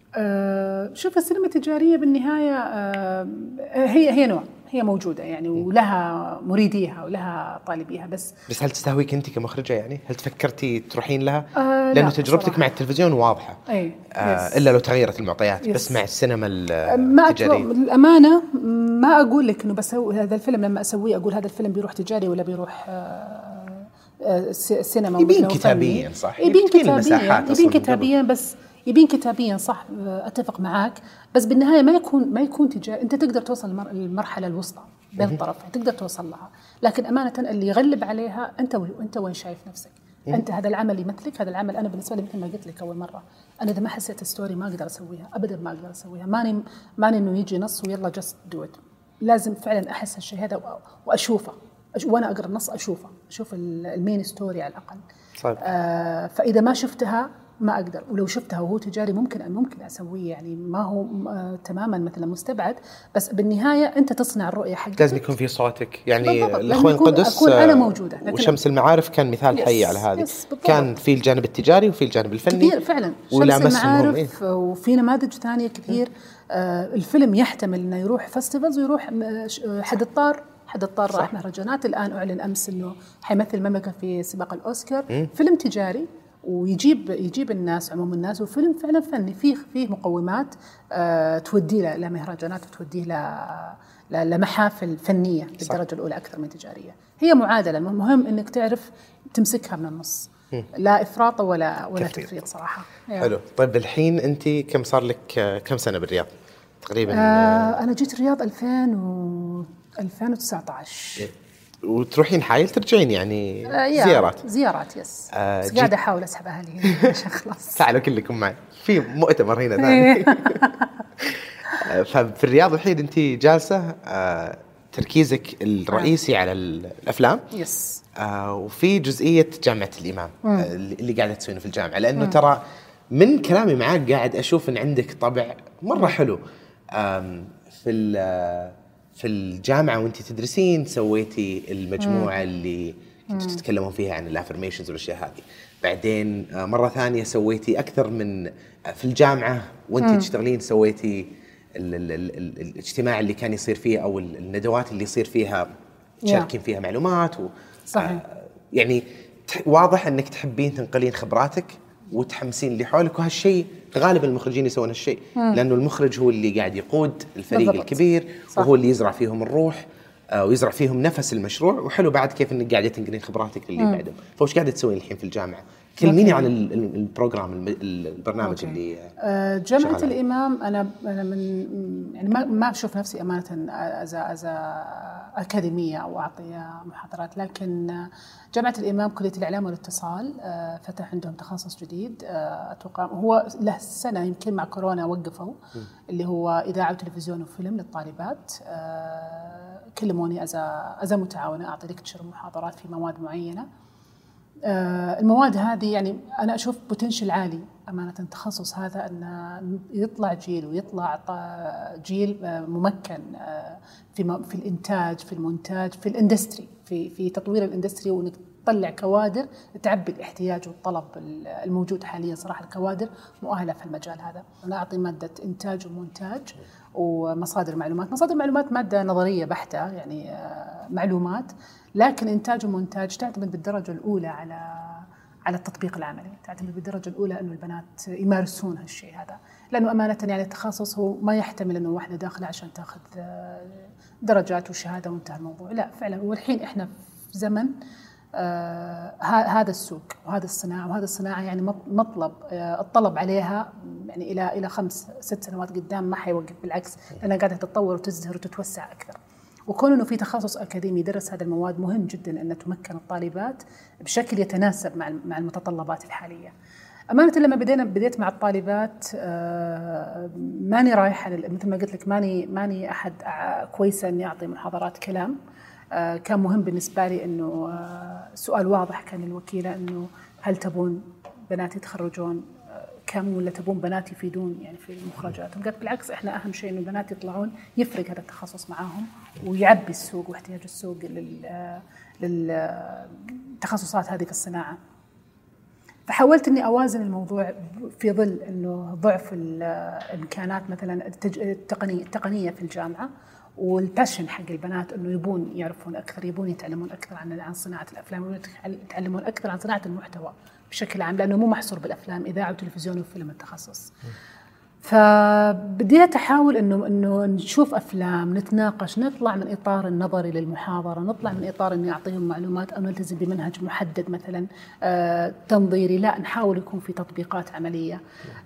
شوف السينما التجارية بالنهاية هي نوع، هي موجودة يعني ولها مريديها ولها طالبيها. بس هل تستهويك أنت كمخرجة يعني؟ هل تفكرتي تروحين لها؟ لا لأنه تجربتك صراحة. مع التلفزيون واضحة. إلا لو تغيرت المعطيات. بس مع السينما التجارية الأمانة ما أقول لك إنه بسوي هذا الفيلم لما أسويه أقول هذا الفيلم بيروح تجاري ولا بيروح سينما. يبين كتابيا صح، يبين كتابيا بس يبين كتابيا صح، أتفق معاك. بس بالنهاية ما يكون تجاري. أنت تقدر توصل للمرحلة الوسطى بين الطرفين، تقدر توصل لها. لكن أمانة اللي يغلب عليها أنت وين شايف نفسك. أنت هذا العمل يمثلك. هذا العمل أنا بالنسبة لي مثل ما قلت لك أول مرة، أنا إذا ما حسيت ستوري ما أقدر أسويها أبدا، ما أقدر أسويها. ماني إنه يجي نص ويلا جست دو إت. لازم فعلا أحس هالشيء هذا وأشوفه، وأنا أقرأ النص أشوف المين ستوري على الأقل. فإذا ما شفتها ما أقدر، ولو شفتها وهو تجاري ممكن أسويه يعني، ما هو تماما مثلا مستبعد. بس بالنهاية أنت تصنع الرؤية حقك، لازم يكون في صوتك يعني. الأخوين قدس أكون أنا موجودة، وشمس المعارف كان مثال حي على هذه. كان في الجانب التجاري وفي الجانب الفني كثير فعلا. شمس المعارف وفي نماذج ثانية كثير. الفيلم يحتمل إنه يروح فستيفالز ويروح حد الطار راح مهرجانات. الآن أعلن أمس إنه حيمثل المملكة في سباق الأوسكار. فيلم تجاري ويجيب الناس، عموم الناس، وفيلم فعلا فني فيه مقومات توديه لمهرجانات وتوديه لمحافل فنية بالدرجة الأولى أكثر من تجارية. هي معادلة، المهم إنك تعرف تمسكها من النص، لا إفراط ولا تفريط صراحة. حلو. طيب الحين أنت كم صار لك كم سنة بالرياض تقريبا؟ أنا جيت الرياض 2019. وتروحين حايل ترجعين يعني زيارات يس. بس قاعدة أحاول أسحب أهلي هنا عشان خلاص. تعالوا كلكم معي في مؤتمر هنا ثاني. ففي الرياض الحين أنت جالسة تركيزك الرئيسي على الأفلام. يس. وفي جزئية جامعة الإمام اللي قاعدة تسوينه في الجامعة، لأنه ترى من كلامي معاك قاعد أشوف إن عندك طبع مرة حلو. في الجامعة وانت تدرسين سويتي المجموعة اللي كنتوا تتكلمون فيها عن الافرميشنز والاشياء هذه. بعدين مرة ثانية سويتي أكثر من في الجامعة وانت تشتغلين، سويتي الاجتماع اللي كان يصير فيه أو الندوات اللي يصير فيها تشاركين فيها معلومات صحيح. يعني واضح أنك تحبين تنقلين خبراتك وتحمسين اللي حولك، وهالشيء غالبا المخرجين يسوون هالشيء، لأنه المخرج هو اللي قاعد يقود الفريق بالضبط. الكبير صح. وهو اللي يزرع فيهم الروح ويزرع فيهم نفس المشروع. وحلو بعد كيف انك قاعده تنقلين خبراتك للي بعدهم. فوش قاعده تسوين الحين في الجامعه؟ كلميني عن البرنامج اللي جامعة الإمام. أنا من يعني ما أشوف نفسي أمانة از أكاديمية أو أعطي محاضرات، لكن جامعة الإمام كلية الإعلام والاتصال فتح عندهم تخصص جديد. أتوقع هو له سنة يمكن مع كورونا وقفوا، اللي هو إذاعة وتلفزيون وفيلم للطالبات. كلموني از متعاونة أعطي لكتشر محاضرات في مواد معينة. المواد هذه يعني أنا أشوف بوتنشل عالي أمانة. التخصص هذا أن يطلع جيل ويطلع جيل ممكن في الإنتاج، في المونتاج، في الاندستري، في تطوير الاندستري، وإنك تطلع كوادر تعبي الاحتياج والطلب الموجود حاليا. صراحة الكوادر مؤهلة في المجال هذا. أنا أعطي مادة إنتاج ومونتاج ومصادر معلومات. مصادر معلومات مادة نظرية بحتة يعني معلومات، لكن إنتاج ومونتاج تعتمد بالدرجة الأولى على التطبيق العملي، تعتمد بالدرجة الأولى إنه البنات يمارسون هالشيء هذا. لأنه أمانة يعني التخصص هو ما يحتمل إنه واحدة داخلة عشان تأخذ درجات وشهادة وانتهى الموضوع. لا فعلا. والحين إحنا في زمن هذا السوق وهذا الصناعة، وهذا الصناعة يعني مطلب الطلب عليها يعني إلى 5-6 سنوات قدام ما حيوقف، بالعكس لأنها قاعدة تتطور وتزدهر وتتوسع أكثر. وكون إنه في تخصص أكاديمي يدرس هذا المواد مهم جدا أن تمكن الطالبات بشكل يتناسب مع المتطلبات الحالية. أمانة لما بديت مع الطالبات ماني رايحة مثل ما قلت لك، ماني أحد كويسة إني أعطي محاضرات كلام. كان مهم بالنسبة لي إنه سؤال واضح كان الوكيلة إنه هل تبون بنات يتخرجون كم ولا تبون بنات يفيدون يعني في المخرجات؟ قلت بالعكس، إحنا أهم شيء إنه البنات يطلعون يفرق هذا التخصص معاهم ويعبي السوق واحتياج السوق للتخصصات هذه في الصناعة. فحاولت إني أوازن الموضوع في ظل إنه ضعف الإمكانات مثلا التقنية في الجامعة، والباشن حق البنات إنه يبون يعرفون أكثر، يبون يتعلمون أكثر عن صناعة الأفلام، يتعلمون أكثر عن صناعة المحتوى بشكل عام، لأنه مو محصور بالأفلام، إذاعة وتلفزيون وفيلم التخصص. فبديت أحاول إنه نشوف أفلام، نتناقش، نطلع من إطار النظري للمحاضرة، نطلع من إطار إني أعطيهم معلومات أو نلتزم بمنهج محدد مثلا تنظيري، لا نحاول يكون في تطبيقات عملية.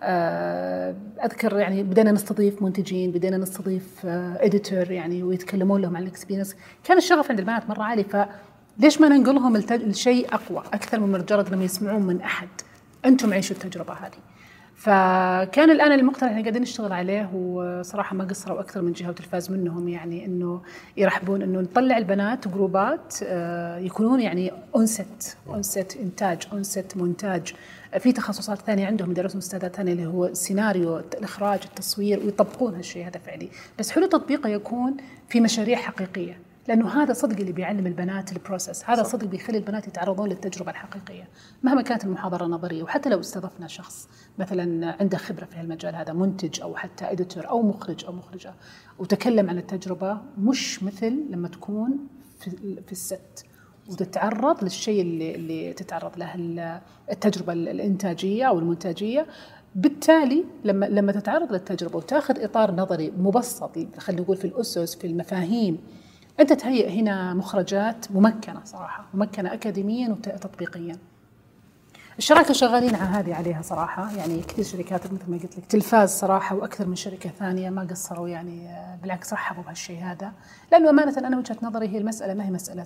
أذكر يعني بدينا نستضيف منتجين، بدينا نستضيف إديتور يعني ويتكلمون لهم عن الإكسبيرينس. كان الشغف عند البنات مرة عالي، فليش ما ننقلهم الشيء أقوى أكثر من مجرد لما يسمعون من أحد، أنتم عيشوا التجربة هذه. فكان الآن المقترح اللي قاعدين نشتغل عليه، وصراحة ما قصروا أكثر من جهة وتلفاز منهم، يعني إنه يرحبون إنه نطلع البنات جروبات يكونون يعني أونست إنتاج، أونست مونتاج، في تخصصات ثانية عندهم يدرسون استعدادات ثانية اللي هو السيناريو، الإخراج، التصوير، ويطبقون هالشيء هذا فعلي. بس حلو تطبيقه يكون في مشاريع حقيقية، لأنه هذا صدق اللي بيعلم البنات البروسيس، هذا صدق بيخلي البنات يتعرضون للتجربة الحقيقية مهما كانت المحاضرة نظرية. وحتى لو استضفنا شخص مثلا عنده خبرة في هالمجال هذا، منتج أو حتى إديتور أو مخرج أو مخرجة، وتكلم عن التجربة، مش مثل لما تكون في الست وتتعرض للشيء اللي تتعرض له التجربة الإنتاجية أو المونتاجية. بالتالي لما تتعرض للتجربة وتاخذ إطار نظري مبسط، خلينا نقول في الأسس، في المفاهيم، أنت تهيئ هنا مخرجات ممكنة صراحة، ممكنة أكاديميا وتطبيقيا. الشراكة شغالين عليها صراحة، يعني كثير شركات مثل ما قلت لك، تلفاز صراحة وأكثر من شركة ثانية ما قصروا، يعني بالعكس رحبوا بهالشيء هذا، لأنه أمانة أنا وجهة نظري هي المسألة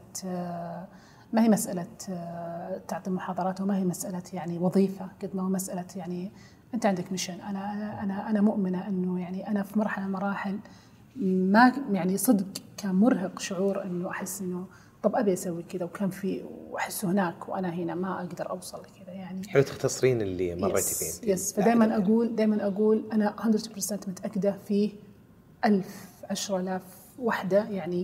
ما هي مسألة تعطي محاضرات، وما هي مسألة يعني وظيفة، قد ما هو مسألة يعني أنت عندك ميشن. أنا مؤمنة أنه يعني أنا في مرحلة من المراحل ما يعني صدق كان مرهق شعور إنه أحس إنه طب أبي أسوي كذا، وكان في وأحسه هناك وأنا هنا ما أقدر أوصل كذا. يعني حلو تختصرين اللي مريتي فيه. فدائما أقول أنا 100% متأكدة فيه 1000 10,000 وحدة، يعني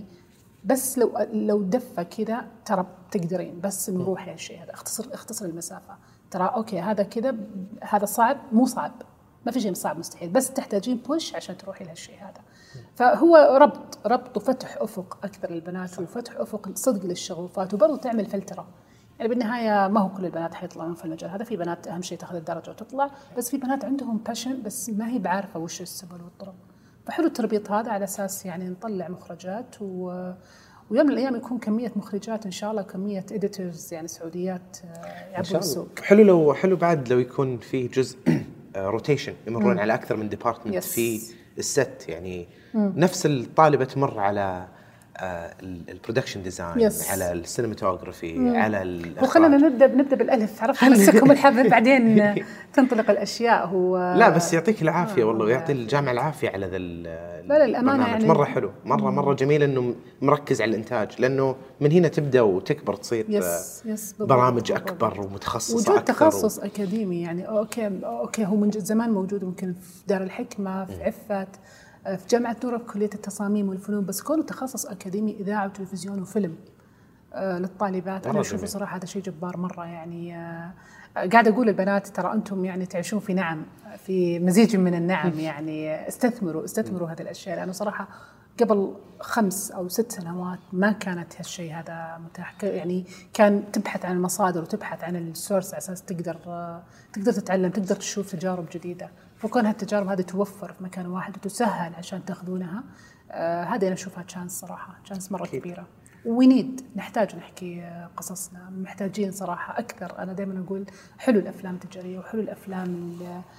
بس لو دفة كذا ترى تقدرين، بس نروح هالشيء هذا، اختصر المسافة. ترى أوكي هذا كذا، هذا صعب، مو صعب، ما في شيء صعب مستحيل، بس تحتاجين بوش عشان تروحي لهالشيء هذا. فهو ربط وفتح أفق أكثر للبنات، وفتح أفق صدق للشغوفات، وبرضه تعمل فلترة. يعني بالنهاية ما هو كل البنات حيطلعون في المجال هذا، في بنات أهم شيء تأخذ الدرجة وتطلع، بس في بنات عندهم باشن بس ما هي بعارفة وش السبل والطرق. فحلو التربيط هذا على أساس يعني نطلع مخرجات، ويوم من الأيام يكون كمية مخرجات إن شاء الله، كمية إديتورز يعني سعوديات يعبون السوق. حلو بعد لو يكون فيه جزء روتيشن، يمرون على أكثر من ديبارتمنت في الست، يعني نفس الطالبة تمر على البرودكشن ديزاين، على السينماتوغرافي، على الإخراج. وخلنا نبدأ بالألف، عرفت مسكم الحبل بعدين تنطلق الأشياء. لا بس يعطيك العافية والله، ويعطي الجامعة العافية على ذا الأمانة، يعني مرة حلو، مرة جميل إنه مركز على الإنتاج، لأنه من هنا تبدأ وتكبر، تصير برامج أكبر ومتخصصة وجود أكثر، تخصص أكاديمي. يعني أوكي هو من زمان موجود، ممكن في دار الحكمة، في عفت، في جامعة نور، في كلية التصاميم والفنون، بس كونه تخصص أكاديمي إذاعة وتلفزيون وفيلم للطالبات، أنا أشوف صراحة هذا شيء جبار مرة. يعني قاعد أقول للبنات ترى أنتم يعني تعيشون في نعم، في مزيج من النعم، يعني استثمروا هذه الأشياء، لأنه صراحة قبل 5 أو 6 سنوات ما كانت هالشيء هذا متاح. يعني كان تبحث عن المصادر وتبحث عن السورس على أساس تقدر تتعلم، تقدر تشوف تجارب جديدة، فكون هالتجارب هذه توفر في مكان واحد وتسهل عشان تأخذونها، هذه أنا أشوفها تشانس صراحة، تشانس مرة كبيرة. نحتاج نحكي قصصنا، محتاجين صراحة أكثر. أنا دائما أقول حلو الأفلام التجارية، وحلو الأفلام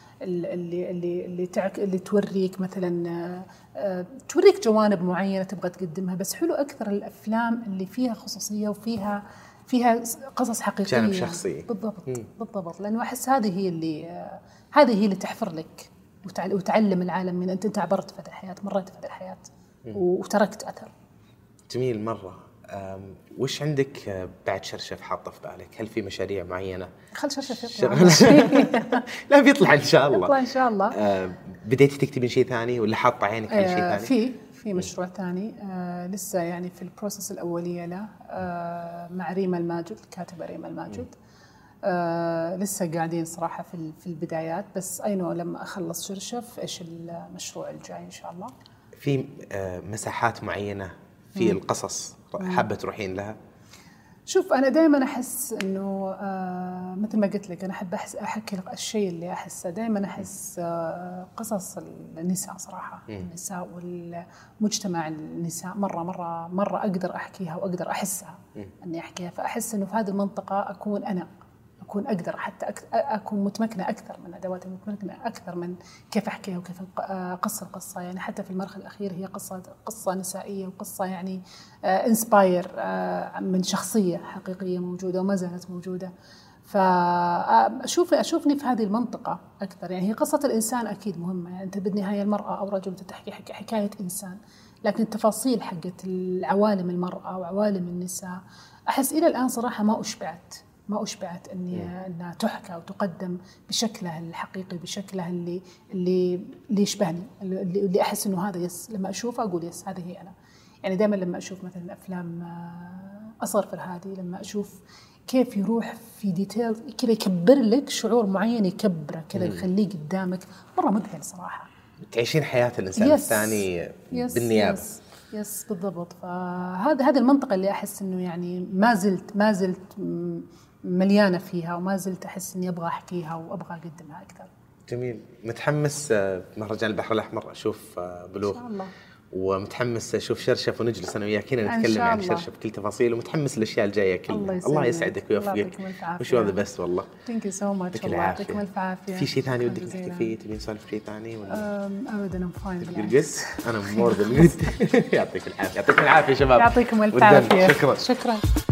اللي توريك مثلا، توريك جوانب معينة تبغى تقدمها، بس حلو أكثر الأفلام اللي فيها خصوصية وفيها قصص حقيقية، جانب شخصي. بالضبط، لأنه أحس هذه هي اللي تحفر لك وتعلم العالم من أنت عبرت في هذه الحياة، مريت في هذه الحياة وتركت أثر. جميل مرة. وش عندك بعد شرشف حاطة في بالك؟ هل في مشاريع معينة؟ خل شرشف يطلع. لا بيطلع إن شاء الله. يطلع إن شاء الله. بديتي تكتبين شيء ثاني ولا حاطة عينك على شيء ثاني؟ في مشروع ثاني لسه يعني في البروسس الأولية له، مع ريما الماجد، الكاتبة ريما الماجد. لسه قاعدين صراحة في البدايات، بس أينو لما أخلص شرشف إيش المشروع الجاي إن شاء الله. في مساحات معينة في القصص حابة تروحين لها؟ شوف أنا دائما أحس إنه مثل ما قلت لك أنا أحب أحكي الشيء اللي أحسه. دائما أحس قصص النساء صراحة، النساء والمجتمع النساء مرة أقدر أحكيها وأقدر أحسها إني أحكيها. فأحس إنه في هذه المنطقة أكون أقدر حتى أكون متمكنة أكثر من أدواتي، متمكنة أكثر من كيف أحكيها وكيف أقص القصة. يعني حتى في المرحلة الأخيرة هي قصة نسائية وقصة يعني إنسباير من شخصية حقيقية موجودة وما زالت موجودة. فأشوفني في هذه المنطقة أكثر. يعني هي قصة الإنسان أكيد مهمة، يعني أنت بالنهاية المرأة أو رجل تحكي حكاية إنسان، لكن التفاصيل حقت العوالم المرأة وعوالم النساء أحس إلى الآن صراحة ما أشبعت أنها تحكى وتقدم بشكلها الحقيقي، بشكلها اللي يشبهني، اللي أحس إنه هذا لما أشوفه أقول هذه هي أنا. يعني دائما لما أشوف مثلا أفلام أصغر فرهادي، لما أشوف كيف يروح في ديتيل كذا يكبر لك شعور معين، يكبره كذا يخليه قدامك، مرة مذهل صراحة. تعيشين حياة الإنسان الثاني بالنيابة. يس بالضبط. فهذه المنطقة اللي أحس إنه يعني ما زلت مليانة فيها، وما زلت أحس إني أبغى أحكيها وأبغى أقدمها أكثر. جميل. متحمس مهرجان البحر الأحمر أشوف بلوغ إن شاء الله، ومتحمس أشوف شرشف ونجلس أنا وياك هنا نتكلم عن شرشف بكل تفاصيل، ومتحمس الأشياء الجاية كلها. الله يسعدك ويوفقك. وش هذا بس والله. Thank you so much. الله يعطيكم الف عافية. في شيء ثاني ودك نحكي فيه؟ تبين نسولف شيء ثاني ولا؟ أبدا I'm fine بالعكس. أنا مور ذا يعطيك العافية. يعطيكم العافية شباب. يعطيكم الف عافية. شكرا.